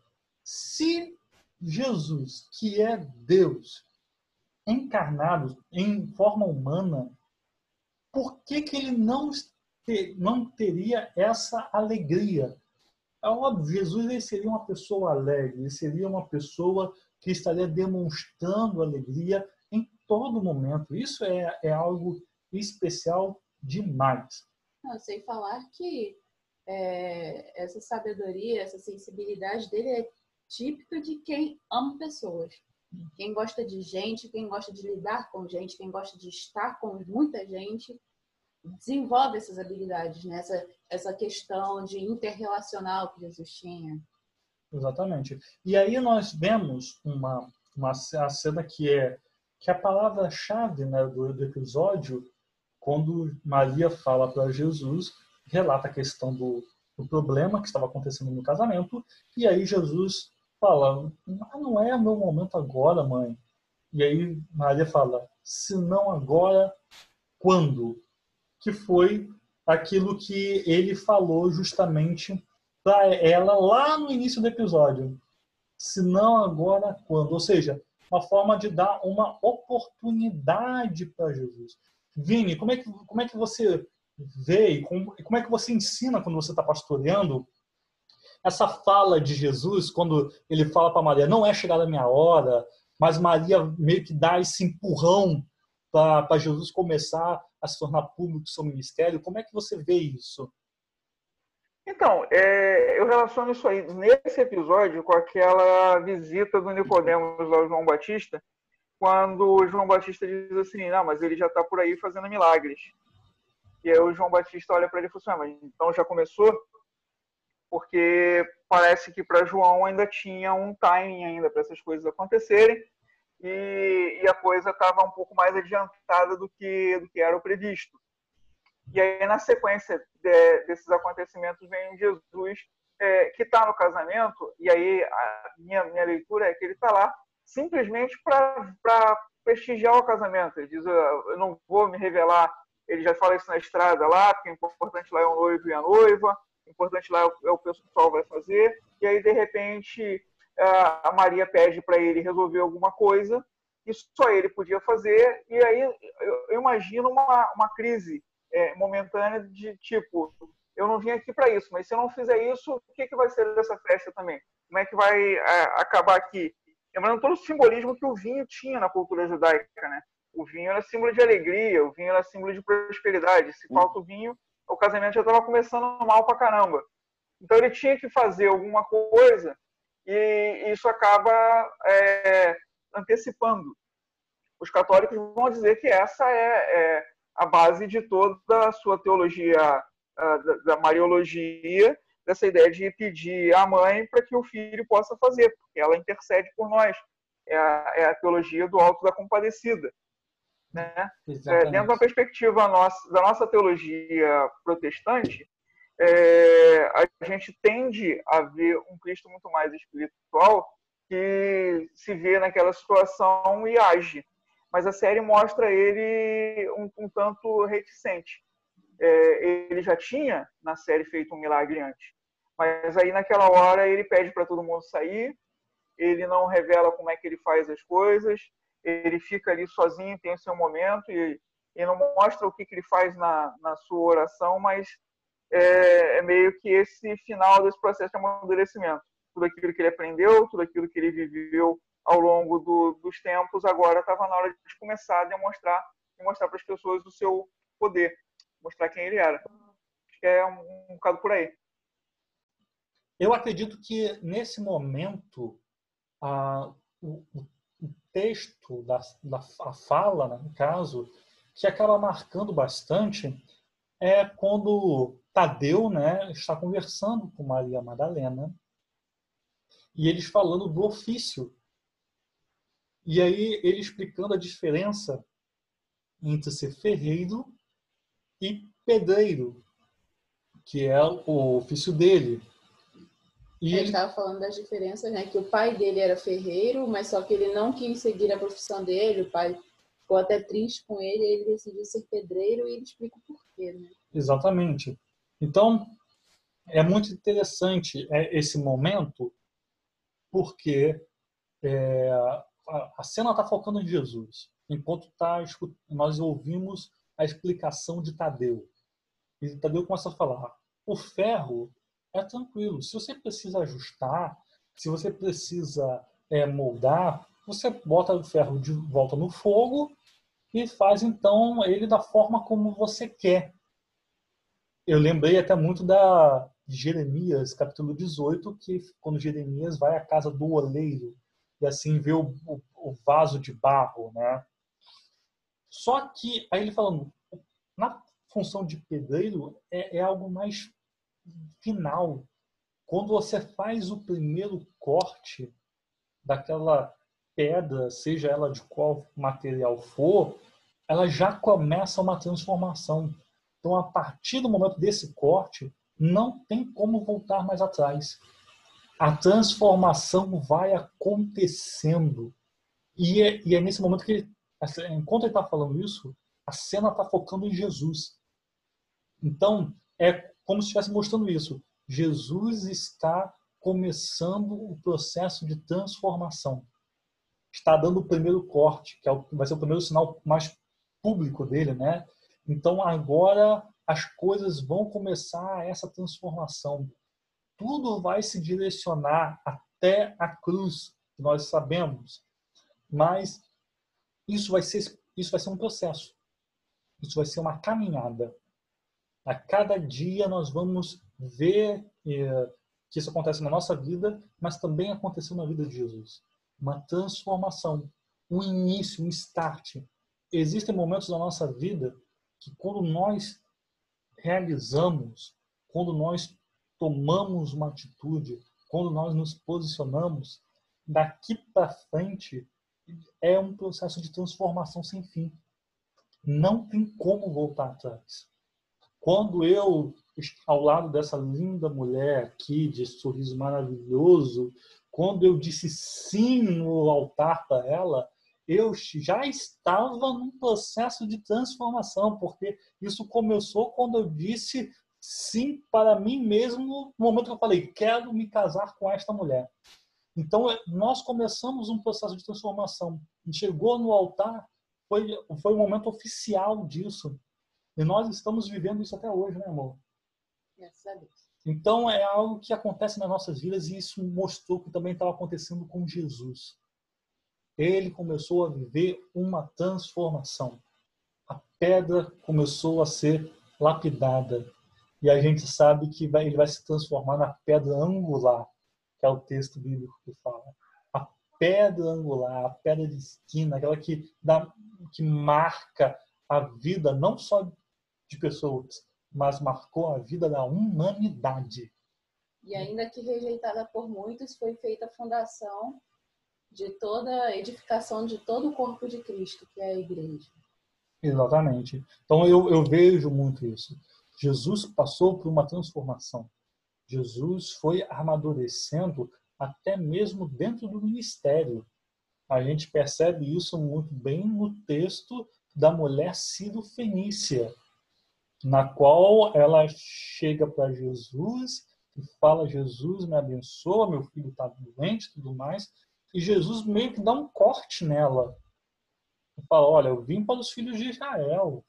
se Jesus, que é Deus, encarnado em forma humana, por que, que ele não, ter, não teria essa alegria? É óbvio, Jesus ele seria uma pessoa alegre, ele seria uma pessoa que estaria demonstrando alegria em todo momento. Isso é, é algo especial demais. Não, sem falar que É, essa sabedoria, essa sensibilidade dele é típica de quem ama pessoas. Quem gosta de gente, quem gosta de lidar com gente, quem gosta de estar com muita gente, desenvolve essas habilidades, né? essa, essa questão de interrelacional que Jesus tinha. Exatamente. E aí nós vemos uma, uma a cena que é que a palavra-chave, né, do, do episódio, quando Maria fala para Jesus, relata a questão do, do problema que estava acontecendo no casamento, e aí Jesus fala, ah, não é meu momento agora, mãe. E aí Maria fala, se não agora, quando? Que foi aquilo que ele falou justamente para ela lá no início do episódio. Se não agora, quando? Ou seja, uma forma de dar uma oportunidade para Jesus. Vini, como é que, como é que você vê e como, como é que você ensina quando você está pastoreando essa fala de Jesus, quando ele fala para Maria, não é chegada a minha hora, mas Maria meio que dá esse empurrão para Jesus começar a se tornar público seu ministério. Como é que você vê isso? Então, é, eu relaciono isso aí, nesse episódio, com aquela visita do Nicodemos ao João Batista, quando o João Batista diz assim, não, mas ele já está por aí fazendo milagres. E aí o João Batista olha para ele e fala assim, ah, mas então já começou? porque parece que para João ainda tinha um timing ainda para essas coisas acontecerem, e, e a coisa estava um pouco mais adiantada do que, do que era o previsto. E aí, na sequência de, desses acontecimentos, vem Jesus, é, que está no casamento, e aí a minha, minha leitura é que ele está lá simplesmente para prestigiar o casamento. Ele diz, eu não vou me revelar, ele já fala isso na estrada lá, porque o importante lá é o noivo e a noiva, o importante lá é o, é o pessoal vai fazer, e aí, de repente, a Maria pede para ele resolver alguma coisa, e só ele podia fazer, e aí eu imagino uma, uma crise é, momentânea de tipo, eu não vim aqui para isso, mas se eu não fizer isso, o que, que vai ser dessa festa também? Como é que vai é, acabar aqui? Lembrando todo o simbolismo que o vinho tinha na cultura judaica, né? O vinho era símbolo de alegria, o vinho era símbolo de prosperidade. Se falta o vinho, o casamento já estava começando mal pra caramba. Então ele tinha que fazer alguma coisa e isso acaba é, antecipando. Os católicos vão dizer que essa é, é a base de toda a sua teologia, a, da, da mariologia, dessa ideia de pedir à mãe para que o filho possa fazer, porque ela intercede por nós. É a, é a teologia do alto da compadecida. Né? É, dentro da perspectiva nossa, da nossa teologia protestante, é, a gente tende a ver um Cristo muito mais espiritual que se vê naquela situação e age. Mas a série mostra ele um, um tanto reticente. É, ele já tinha, na série, feito um milagre antes. Mas aí, naquela hora, ele pede para todo mundo sair, ele não revela como é que ele faz as coisas, ele fica ali sozinho, tem o seu momento, e, e não mostra o que, que ele faz na, na sua oração, mas é, é meio que esse final desse processo de amadurecimento. Tudo aquilo que ele aprendeu, tudo aquilo que ele viveu ao longo do, dos tempos, agora estava na hora de começar a demonstrar e mostrar para as pessoas o seu poder, mostrar quem ele era. Acho que é um, um bocado por aí. Eu acredito que, nesse momento, a, o, o texto, da, da, a fala, né, no caso, que acaba marcando bastante, é quando Tadeu, né, está conversando com Maria Madalena, e eles falando do ofício. E aí ele explicando a diferença entre ser ferreiro e pedreiro, que é o ofício dele. E ele estava falando das diferenças, né? Que o pai dele era ferreiro, mas só que ele não quis seguir a profissão dele, o pai ficou até triste com ele, e ele decidiu ser pedreiro e ele explica o porquê, né? Exatamente. Então, é muito interessante esse momento, porque é, a cena está focando em Jesus, enquanto tá, nós ouvimos a explicação de Tadeu. E Tadeu começa a falar, o ferro é tranquilo. Se você precisa ajustar, se você precisa é, moldar, você bota o ferro de volta no fogo e faz, então, ele da forma como você quer. Eu lembrei até muito da de Jeremias, capítulo dezoito, que quando Jeremias vai à casa do oleiro e assim vê o, o, o vaso de barro, né? Só que, aí ele falando, na função de pedreiro é, é algo mais final. Quando você faz o primeiro corte daquela pedra, seja ela de qual material for, ela já começa uma transformação. Então, a partir do momento desse corte, não tem como voltar mais atrás. A transformação vai acontecendo. E é, e é nesse momento que, enquanto ele está falando isso, a cena está focando em Jesus. Então, é como se estivesse mostrando isso. Jesus está começando o processo de transformação. Está dando o primeiro corte, que é o, vai ser o primeiro sinal mais público dele, né? Então, agora as coisas vão começar essa transformação. Tudo vai se direcionar até a cruz, que nós sabemos. Mas isso vai ser, isso vai ser um processo. Isso vai ser uma caminhada. A cada dia nós vamos ver eh, que isso acontece na nossa vida, mas também aconteceu na vida de Jesus. Uma transformação, um início, um start. Existem momentos da nossa vida que quando nós realizamos, quando nós tomamos uma atitude, quando nós nos posicionamos, daqui para frente é um processo de transformação sem fim. Não tem como voltar atrás. Quando eu, ao lado dessa linda mulher aqui, de sorriso maravilhoso, quando eu disse sim no altar para ela, eu já estava num processo de transformação, porque isso começou quando eu disse sim para mim mesmo no momento que eu falei, quero me casar com esta mulher. Então, nós começamos um processo de transformação. Chegou no altar, foi, foi o momento oficial disso. E nós estamos vivendo isso até hoje, né, amor? Graças a Deus. Então, é algo que acontece nas nossas vidas e isso mostrou que também estava acontecendo com Jesus. Ele começou a viver uma transformação. A pedra começou a ser lapidada. E a gente sabe que vai, ele vai se transformar na pedra angular, que é o texto bíblico que fala. A pedra angular, a pedra de esquina, aquela que, dá, que marca a vida não só de pessoas, mas marcou a vida da humanidade. E ainda que rejeitada por muitos, foi feita a fundação de toda a edificação de todo o corpo de Cristo, que é a igreja. Exatamente. Então eu, eu vejo muito isso. Jesus passou por uma transformação. Jesus foi amadurecendo até mesmo dentro do ministério. A gente percebe isso muito bem no texto da mulher sírio-fenícia, na qual ela chega para Jesus e fala, Jesus me abençoa, meu filho está doente e tudo mais, e Jesus meio que dá um corte nela. E fala, olha, eu vim para os filhos de Israel.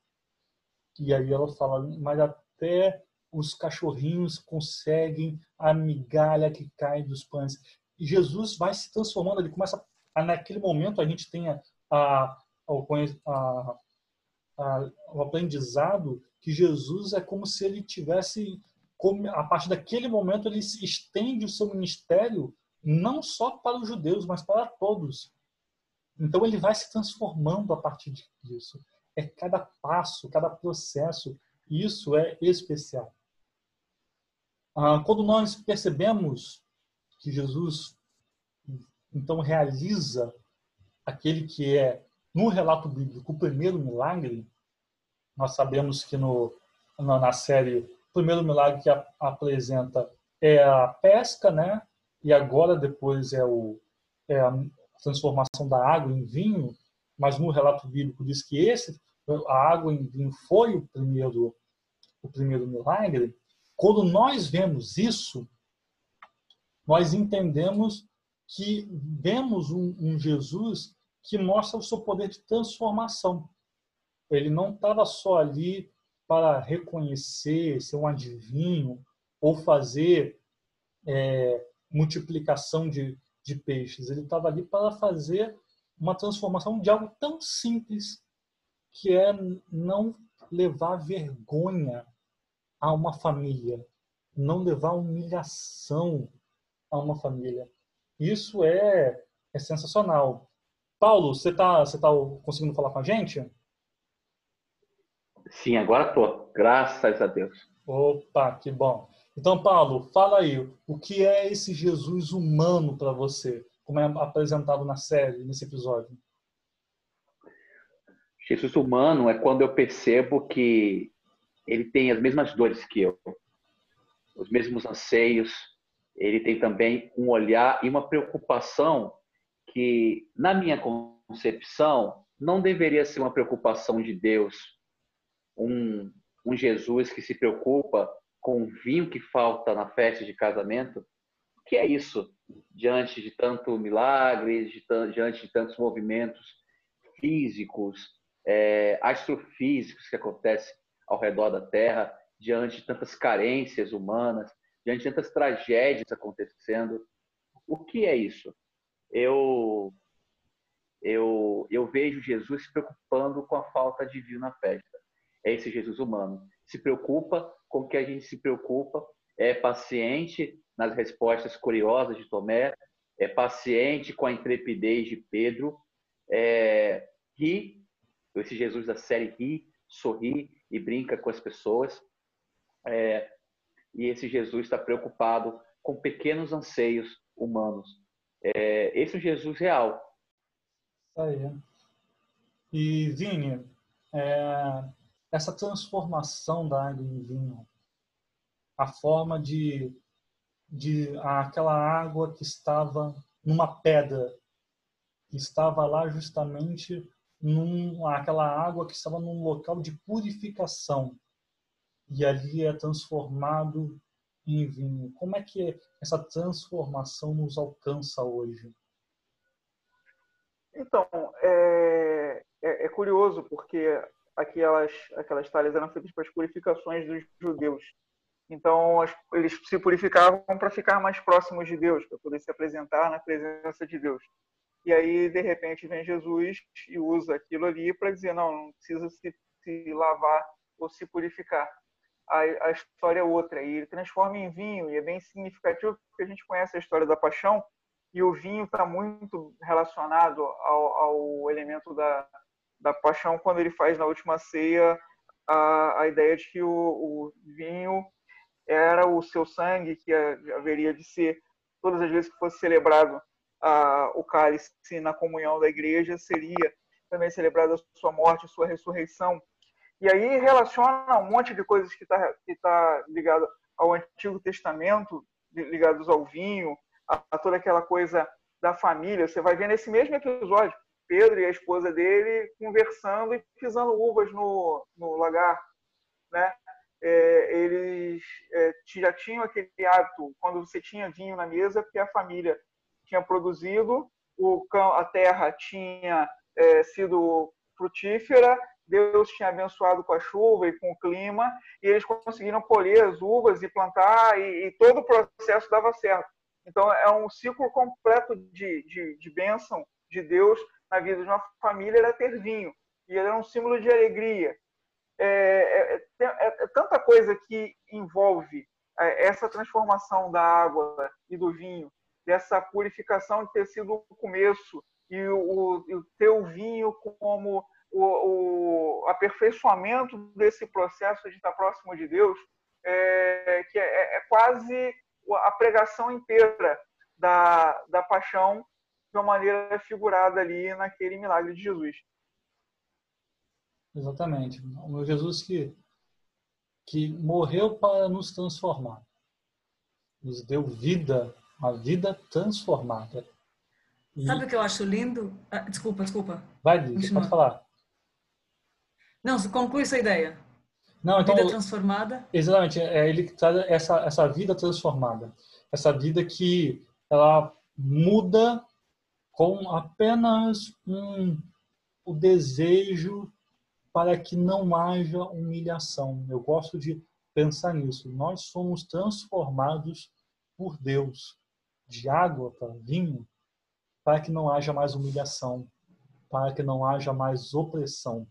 E aí ela fala, mas até os cachorrinhos conseguem a migalha que cai dos pães. E Jesus vai se transformando, ele começa, a, naquele momento a gente tem a, a, a, a, o aprendizado que Jesus é como se ele tivesse, a partir daquele momento ele estende o seu ministério não só para os judeus, mas para todos. Então ele vai se transformando a partir disso. É cada passo, cada processo, isso é especial. Ah, quando nós percebemos que Jesus então realiza aquele que é, no relato bíblico, o primeiro milagre, nós sabemos que no, na série, o primeiro milagre que a, apresenta é a pesca, né? E agora depois é, o, é a transformação da água em vinho, mas no relato bíblico diz que esse, a água em vinho foi o primeiro, o primeiro milagre. Quando nós vemos isso, nós entendemos que vemos um, um Jesus que mostra o seu poder de transformação. Ele não estava só ali para reconhecer, ser um adivinho ou fazer é, multiplicação de, de peixes. Ele estava ali para fazer uma transformação de algo tão simples, que é não levar vergonha a uma família, não levar humilhação a uma família. Isso é, é sensacional. Paulo, você está você tá conseguindo falar com a gente? Sim, agora estou. Graças a Deus. Opa, que bom. Então, Paulo, fala aí, o que é esse Jesus humano para você? Como é apresentado na série, nesse episódio? Jesus humano é quando eu percebo que ele tem as mesmas dores que eu, os mesmos anseios. Ele tem também um olhar e uma preocupação que, na minha concepção, não deveria ser uma preocupação de Deus. Um, um Jesus que se preocupa com o vinho que falta na festa de casamento. O que é isso? Diante de tanto milagres, de, diante de tantos movimentos físicos, é, astrofísicos que acontecem ao redor da Terra, diante de tantas carências humanas, diante de tantas tragédias acontecendo. O que é isso? Eu, eu, eu vejo Jesus se preocupando com a falta de vinho na festa. É esse Jesus humano. Se preocupa com o que a gente se preocupa, é paciente nas respostas curiosas de Tomé, é paciente com a intrepidez de Pedro, é, ri, esse Jesus da série ri, sorri e brinca com as pessoas, é, e esse Jesus está preocupado com pequenos anseios humanos. É, esse é o Jesus real. Isso aí. E, Vini, é, essa transformação da água em vinho, a forma de, de aquela água que estava numa pedra, que estava lá justamente num, aquela água que estava num local de purificação e ali é transformado em vinho. Como é que essa transformação nos alcança hoje? Então, é, é, é curioso, porque aquelas, aquelas talhas eram feitas para as purificações dos judeus. Então, as, eles se purificavam para ficar mais próximos de Deus, para poder se apresentar na presença de Deus. E aí, de repente, vem Jesus e usa aquilo ali para dizer, não, não precisa se, se lavar ou se purificar. A, a história é outra. E ele transforma em vinho, e é bem significativo, porque a gente conhece a história da paixão, e o vinho está muito relacionado ao, ao elemento da, da paixão, quando ele faz na última ceia a, a ideia de que o, o vinho era o seu sangue, que haveria de ser, todas as vezes que fosse celebrado a, o cálice na comunhão da igreja, seria também celebrada a sua morte, a sua ressurreição. E aí relaciona um monte de coisas que está que tá ligado ao Antigo Testamento, ligados ao vinho, a toda aquela coisa da família. Você vai ver nesse mesmo episódio, Pedro e a esposa dele conversando e pisando uvas no, no lagar, né? É, eles é, já tinham aquele hábito, quando você tinha vinho na mesa, porque a família tinha produzido, o, a terra tinha é, sido frutífera, Deus tinha abençoado com a chuva e com o clima, e eles conseguiram colher as uvas e plantar, e, e todo o processo dava certo. Então, é um ciclo completo de, de, de bênção de Deus na vida de uma família, era ter vinho. E ele era um símbolo de alegria. É, é, é, é tanta coisa que envolve essa transformação da água e do vinho, dessa purificação de ter sido o começo, e o, o ter o vinho como o, o aperfeiçoamento desse processo de estar próximo de Deus, é, que é, é quase a pregação inteira da, da paixão de uma maneira figurada ali naquele milagre de Jesus. Exatamente. O meu Jesus que, que morreu para nos transformar. Nos deu vida, uma vida transformada. E... Sabe o que eu acho lindo? Ah, desculpa, desculpa. Vai, Lídia, pode falar. Não, conclui sua ideia. Não, então, vida transformada. Exatamente, é ele que traz essa, essa vida transformada. Essa vida que ela muda com apenas um, o desejo para que não haja humilhação. Eu gosto de pensar nisso. Nós somos transformados por Deus de água para vinho para que não haja mais humilhação, para que não haja mais opressão,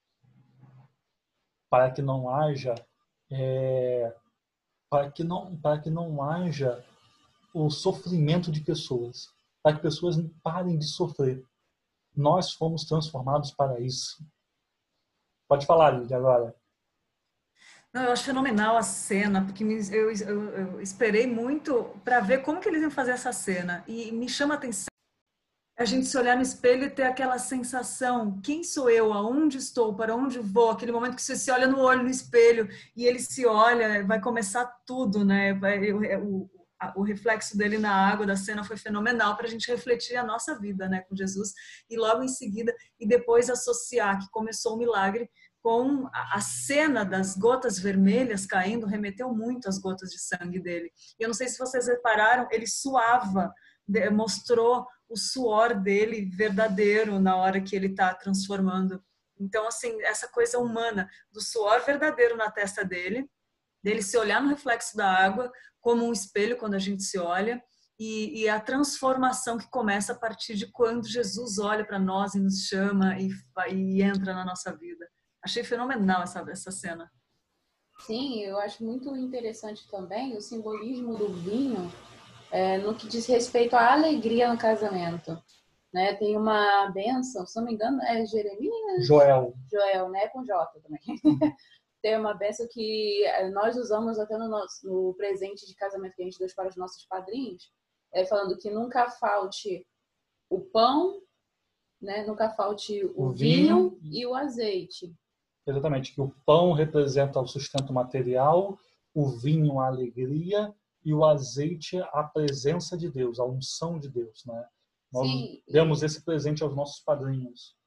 para que não haja é, para que não para que não haja o sofrimento de pessoas, para que pessoas parem de sofrer. Nós fomos transformados para isso. Pode falar, Lídia, agora. Não, eu acho fenomenal a cena, porque me, eu, eu, eu esperei muito para ver como que eles iam fazer essa cena. E me chama a atenção a gente se olhar no espelho e ter aquela sensação, quem sou eu, aonde estou, para onde vou, aquele momento que você se olha no olho no espelho e ele se olha, vai começar tudo, né? Vai, o, o reflexo dele na água da cena foi fenomenal para a gente refletir a nossa vida, né, com Jesus, e logo em seguida, e depois associar que começou o milagre com a cena das gotas vermelhas caindo, remeteu muito às gotas de sangue dele. E eu não sei se vocês repararam, ele suava, mostrou o suor dele verdadeiro na hora que ele está transformando. Então, assim, essa coisa humana do suor verdadeiro na testa dele, dele se olhar no reflexo da água como um espelho quando a gente se olha, e, e a transformação que começa a partir de quando Jesus olha para nós e nos chama e, e entra na nossa vida. Achei fenomenal essa, essa cena. Sim, eu acho muito interessante também o simbolismo do vinho é, no que diz respeito à alegria no casamento. Né? Tem uma bênção, se não me engano, é Jeremias? Joel. Joel, né? Com J também. tem uma bênção que nós usamos até no, nosso, no presente de casamento que a gente deu para os nossos padrinhos, é, falando que nunca falte o pão, né? Nunca falte o, o vinho, vinho e o azeite. Exatamente, que o pão representa o sustento material, o vinho a alegria e o azeite a presença de Deus, a unção de Deus, né? Nós Sim, demos e, esse presente aos nossos padrinhos.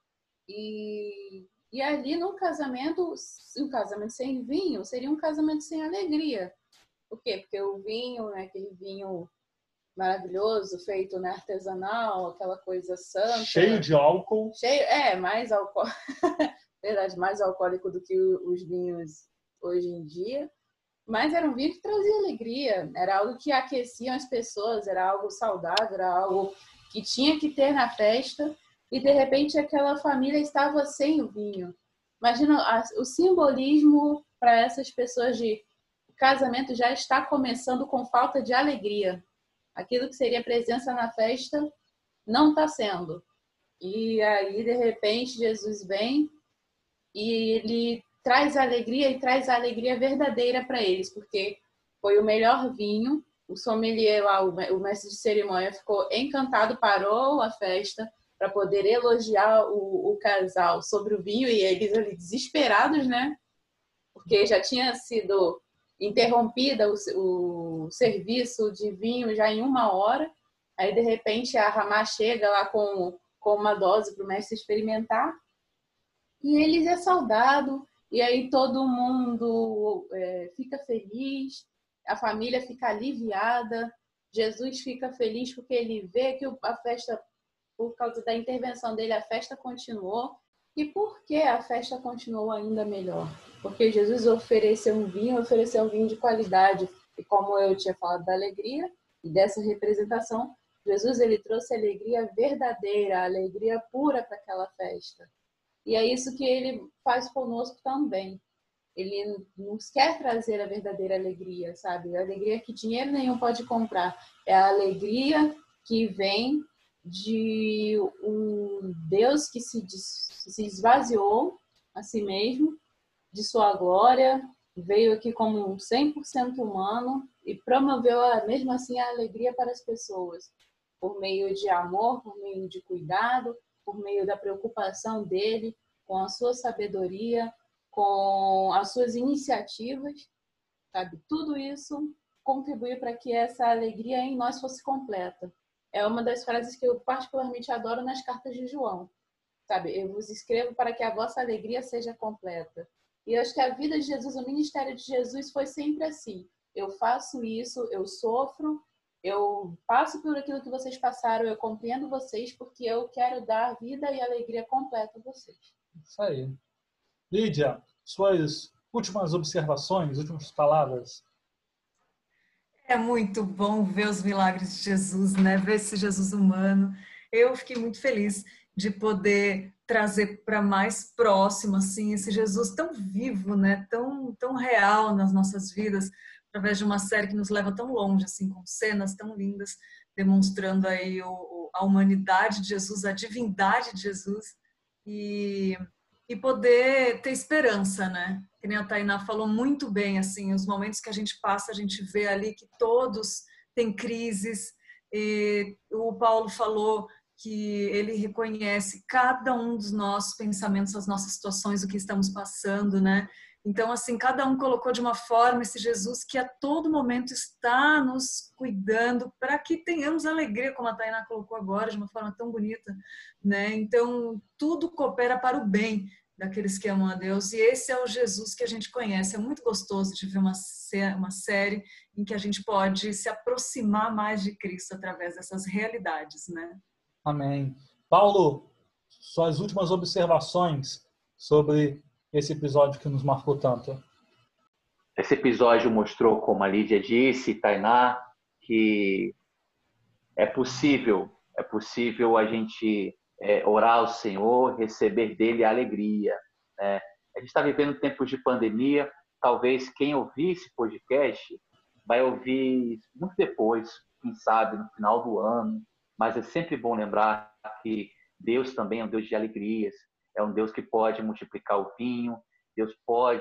E, e ali no casamento, um casamento sem vinho seria um casamento sem alegria. Por quê? Porque o vinho, né, aquele vinho maravilhoso, feito, né, artesanal, aquela coisa santa. Cheio de álcool. Cheio, é, mais álcool. Verdade, mais alcoólico do que os vinhos hoje em dia. Mas era um vinho que trazia alegria. Era algo que aquecia as pessoas, era algo saudável, era algo que tinha que ter na festa. E, de repente, aquela família estava sem o vinho. Imagina o simbolismo para essas pessoas de o casamento já está começando com falta de alegria. Aquilo que seria presença na festa não está sendo. E aí, de repente, Jesus vem e ele traz alegria e traz a alegria verdadeira para eles, porque foi o melhor vinho. O sommelier lá, o mestre de cerimônia, ficou encantado, parou a festa para poder elogiar o, o casal sobre o vinho, e eles ali desesperados, né? Porque já tinha sido interrompida o, o serviço de vinho já em uma hora. Aí, de repente, a Ramá chega lá com, com uma dose para o mestre experimentar. E eles é saudado. E aí todo mundo é, fica feliz. A família fica aliviada. Jesus fica feliz porque ele vê que a festa, por causa da intervenção dele, a festa continuou. E por que a festa continuou ainda melhor? Porque Jesus ofereceu um vinho, ofereceu um vinho de qualidade. E como eu tinha falado da alegria e dessa representação, Jesus ele trouxe alegria verdadeira, alegria pura para aquela festa. E é isso que ele faz conosco também. Ele nos quer trazer a verdadeira alegria, sabe? A alegria que dinheiro nenhum pode comprar. É a alegria que vem de um Deus que se, se esvaziou a si mesmo, de sua glória, veio aqui como cem por cento humano e promoveu mesmo assim a alegria para as pessoas, por meio de amor, por meio de cuidado, por meio da preocupação dele, com a sua sabedoria, com as suas iniciativas, sabe? Tudo isso contribuiu para que essa alegria em nós fosse completa. É uma das frases que eu particularmente adoro nas cartas de João, sabe? Eu vos escrevo para que a vossa alegria seja completa. E eu acho que a vida de Jesus, o ministério de Jesus foi sempre assim. Eu faço isso, eu sofro, eu passo por aquilo que vocês passaram, eu compreendo vocês porque eu quero dar vida e alegria completa a vocês. Isso aí. Lídia, suas últimas observações, últimas palavras? É muito bom ver os milagres de Jesus, né? Ver esse Jesus humano. Eu fiquei muito feliz de poder trazer para mais próximo, assim, esse Jesus tão vivo, né? Tão, tão real nas nossas vidas, através de uma série que nos leva tão longe, assim, com cenas tão lindas, demonstrando aí o, a humanidade de Jesus, a divindade de Jesus, e, e poder ter esperança, né? Que nem a Tainá falou muito bem, assim, os momentos que a gente passa, a gente vê ali que todos têm crises, e o Paulo falou que ele reconhece cada um dos nossos pensamentos, as nossas situações, o que estamos passando, né? Então, assim, cada um colocou de uma forma esse Jesus que a todo momento está nos cuidando para que tenhamos alegria, como a Tainá colocou agora, de uma forma tão bonita, né? Então, tudo coopera para o bem daqueles que amam a Deus, e esse é o Jesus que a gente conhece. É muito gostoso de ver uma, uma série em que a gente pode se aproximar mais de Cristo através dessas realidades, né? Amém. Paulo, suas últimas observações sobre esse episódio que nos marcou tanto. Esse episódio mostrou, como a Lídia disse, Tainá, que é possível, é possível a gente é, orar ao Senhor, receber dele a alegria, né? A gente está vivendo tempos de pandemia, talvez quem ouvir esse podcast vai ouvir muito depois, quem sabe, no final do ano, mas é sempre bom lembrar que Deus também é um Deus de alegrias, é um Deus que pode multiplicar o vinho, Deus pode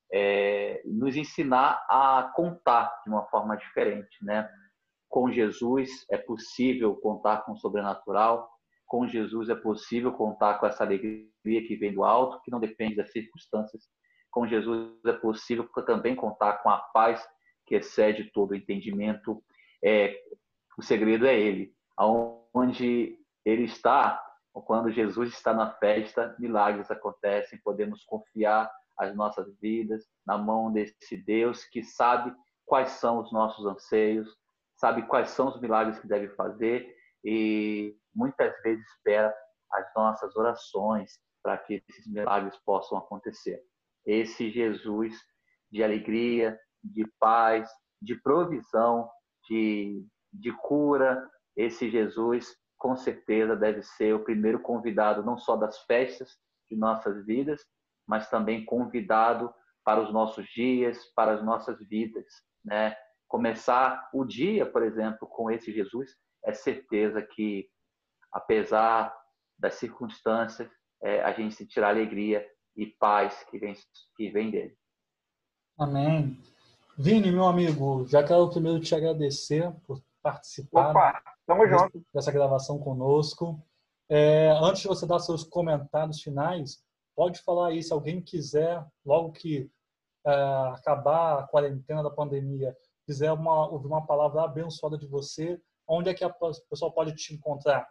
é, nos ensinar a contar de uma forma diferente, né? Com Jesus é possível contar com o sobrenatural, com Jesus é possível contar com essa alegria que vem do alto, que não depende das circunstâncias. Com Jesus é possível também contar com a paz que excede todo o entendimento. É, o segredo é Ele. Onde Ele está, quando Jesus está na festa, milagres acontecem, podemos confiar as nossas vidas na mão desse Deus que sabe quais são os nossos anseios, sabe quais são os milagres que deve fazer e muitas vezes espera as nossas orações para que esses milagres possam acontecer. Esse Jesus de alegria, de paz, de provisão, de, de cura, esse Jesus com certeza deve ser o primeiro convidado não só das festas de nossas vidas, mas também convidado para os nossos dias, para as nossas vidas, né? Começar o dia, por exemplo, com esse Jesus, é certeza que, apesar das circunstâncias, é, a gente sentirá alegria e paz que vem, que vem dele. Amém. Vini, meu amigo, já quero primeiro te agradecer por participar Opa, tamo desse, junto. dessa gravação conosco. É, antes de você dar seus comentários finais, pode falar aí, se alguém quiser, logo que é, acabar a quarentena da pandemia, quiser uma, ouvir uma palavra abençoada de você, onde é que a pessoa pode te encontrar?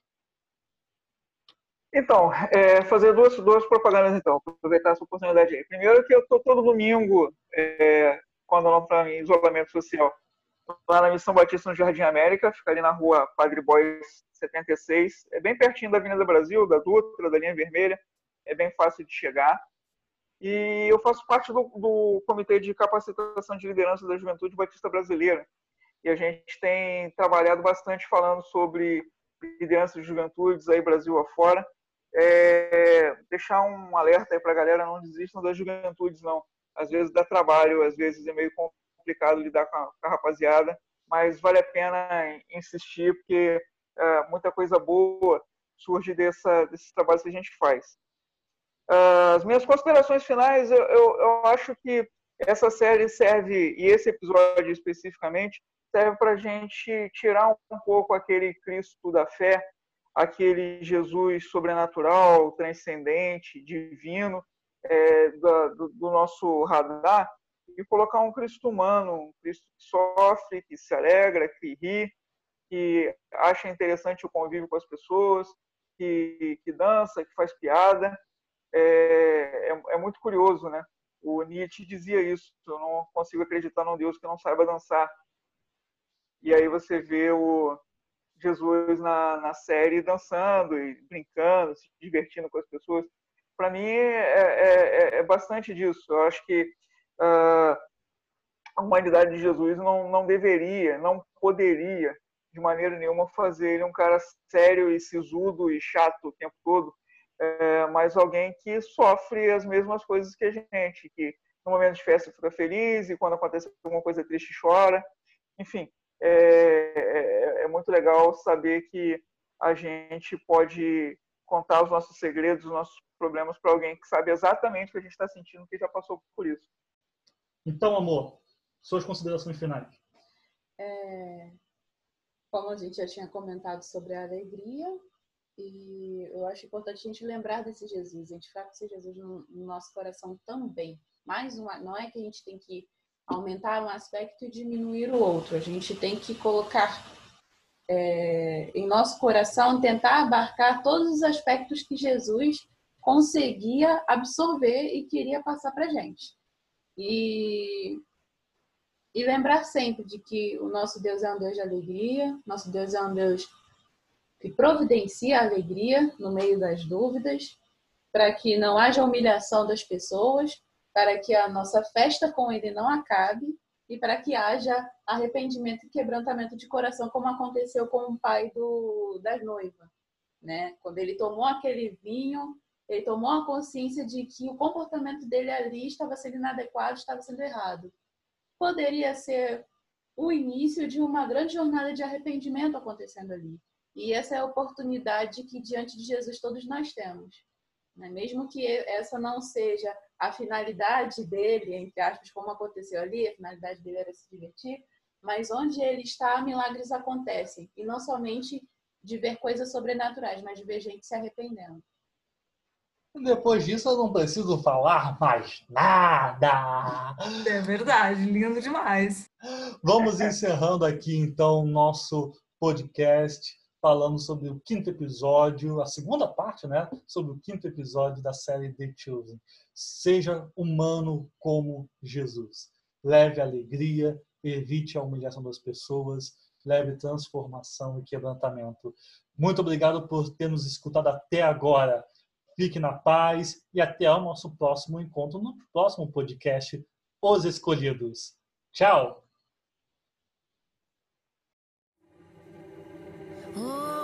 Então, é, fazer duas, duas propagandas, então, aproveitar essa oportunidade aí. Primeiro que eu estou todo domingo, é, quando eu não estou em isolamento social, lá na Missão Batista no Jardim América, fica ali na rua Padre Bois setenta e seis, é bem pertinho da Avenida Brasil, da Dutra, da linha vermelha, é bem fácil de chegar. E eu faço parte do, do Comitê de Capacitação de Liderança da Juventude Batista Brasileira. E a gente tem trabalhado bastante falando sobre liderança de juventudes aí Brasil afora. É, deixar um alerta aí para a galera, não desistam das juventudes, não. Às vezes dá trabalho, às vezes é meio complicado lidar com a, com a rapaziada, mas vale a pena insistir, porque é, muita coisa boa surge dessa, desses trabalhos que a gente faz. As minhas considerações finais, eu, eu, eu acho que essa série serve, e esse episódio especificamente, serve para a gente tirar um pouco aquele Cristo da fé, aquele Jesus sobrenatural, transcendente, divino, é, do, do nosso radar, e colocar um Cristo humano, um Cristo que sofre, que se alegra, que ri, que acha interessante o convívio com as pessoas, que, que dança, que faz piada. É, é, é muito curioso, né? O Nietzsche dizia isso: eu não consigo acreditar num Deus que não saiba dançar. E aí você vê o Jesus na, na série dançando e brincando, se divertindo com as pessoas. Para mim é, é, é, bastante disso. Eu acho que uh, a humanidade de Jesus não, não deveria, não poderia de maneira nenhuma fazer ele um cara sério e sisudo e chato o tempo todo. É, mas alguém que sofre as mesmas coisas que a gente, que no momento de festa fica feliz e quando acontece alguma coisa triste chora. Enfim, é, é, é muito legal saber que a gente pode contar os nossos segredos, os nossos problemas para alguém que sabe exatamente o que a gente está sentindo, que já passou por isso. Então, amor, suas considerações finais. É, como a gente já tinha comentado sobre a alegria, e eu acho importante a gente lembrar desse Jesus, a gente ficar com esse Jesus no, no nosso coração também. Mais uma, não é que a gente tem que aumentar um aspecto e diminuir o outro. A gente tem que colocar é, em nosso coração, tentar abarcar todos os aspectos que Jesus conseguia absorver e queria passar para a gente. E, e lembrar sempre de que o nosso Deus é um Deus de alegria, nosso Deus é um Deus que providencia a alegria no meio das dúvidas, para que não haja humilhação das pessoas, para que a nossa festa com Ele não acabe e para que haja arrependimento e quebrantamento de coração, como aconteceu com o pai do, da noiva, né? Quando ele tomou aquele vinho, ele tomou a consciência de que o comportamento dele ali estava sendo inadequado, estava sendo errado. Poderia ser o início de uma grande jornada de arrependimento acontecendo ali. E essa é a oportunidade que diante de Jesus todos nós temos, né? Mesmo que essa não seja a finalidade dele, entre aspas, como aconteceu ali, a finalidade dele era se divertir, mas onde ele está, milagres acontecem. E não somente de ver coisas sobrenaturais, mas de ver gente se arrependendo. Depois disso, eu não preciso falar mais nada. É verdade, lindo demais. Vamos encerrando aqui, então, o nosso podcast, falando sobre o quinto episódio, a segunda parte, né? Sobre o quinto episódio da série The Chosen. Seja humano como Jesus. Leve alegria, evite a humilhação das pessoas, leve transformação e quebrantamento. Muito obrigado por ter nos escutado até agora. Fique na paz e até o nosso próximo encontro no próximo podcast Os Escolhidos. Tchau! Oh.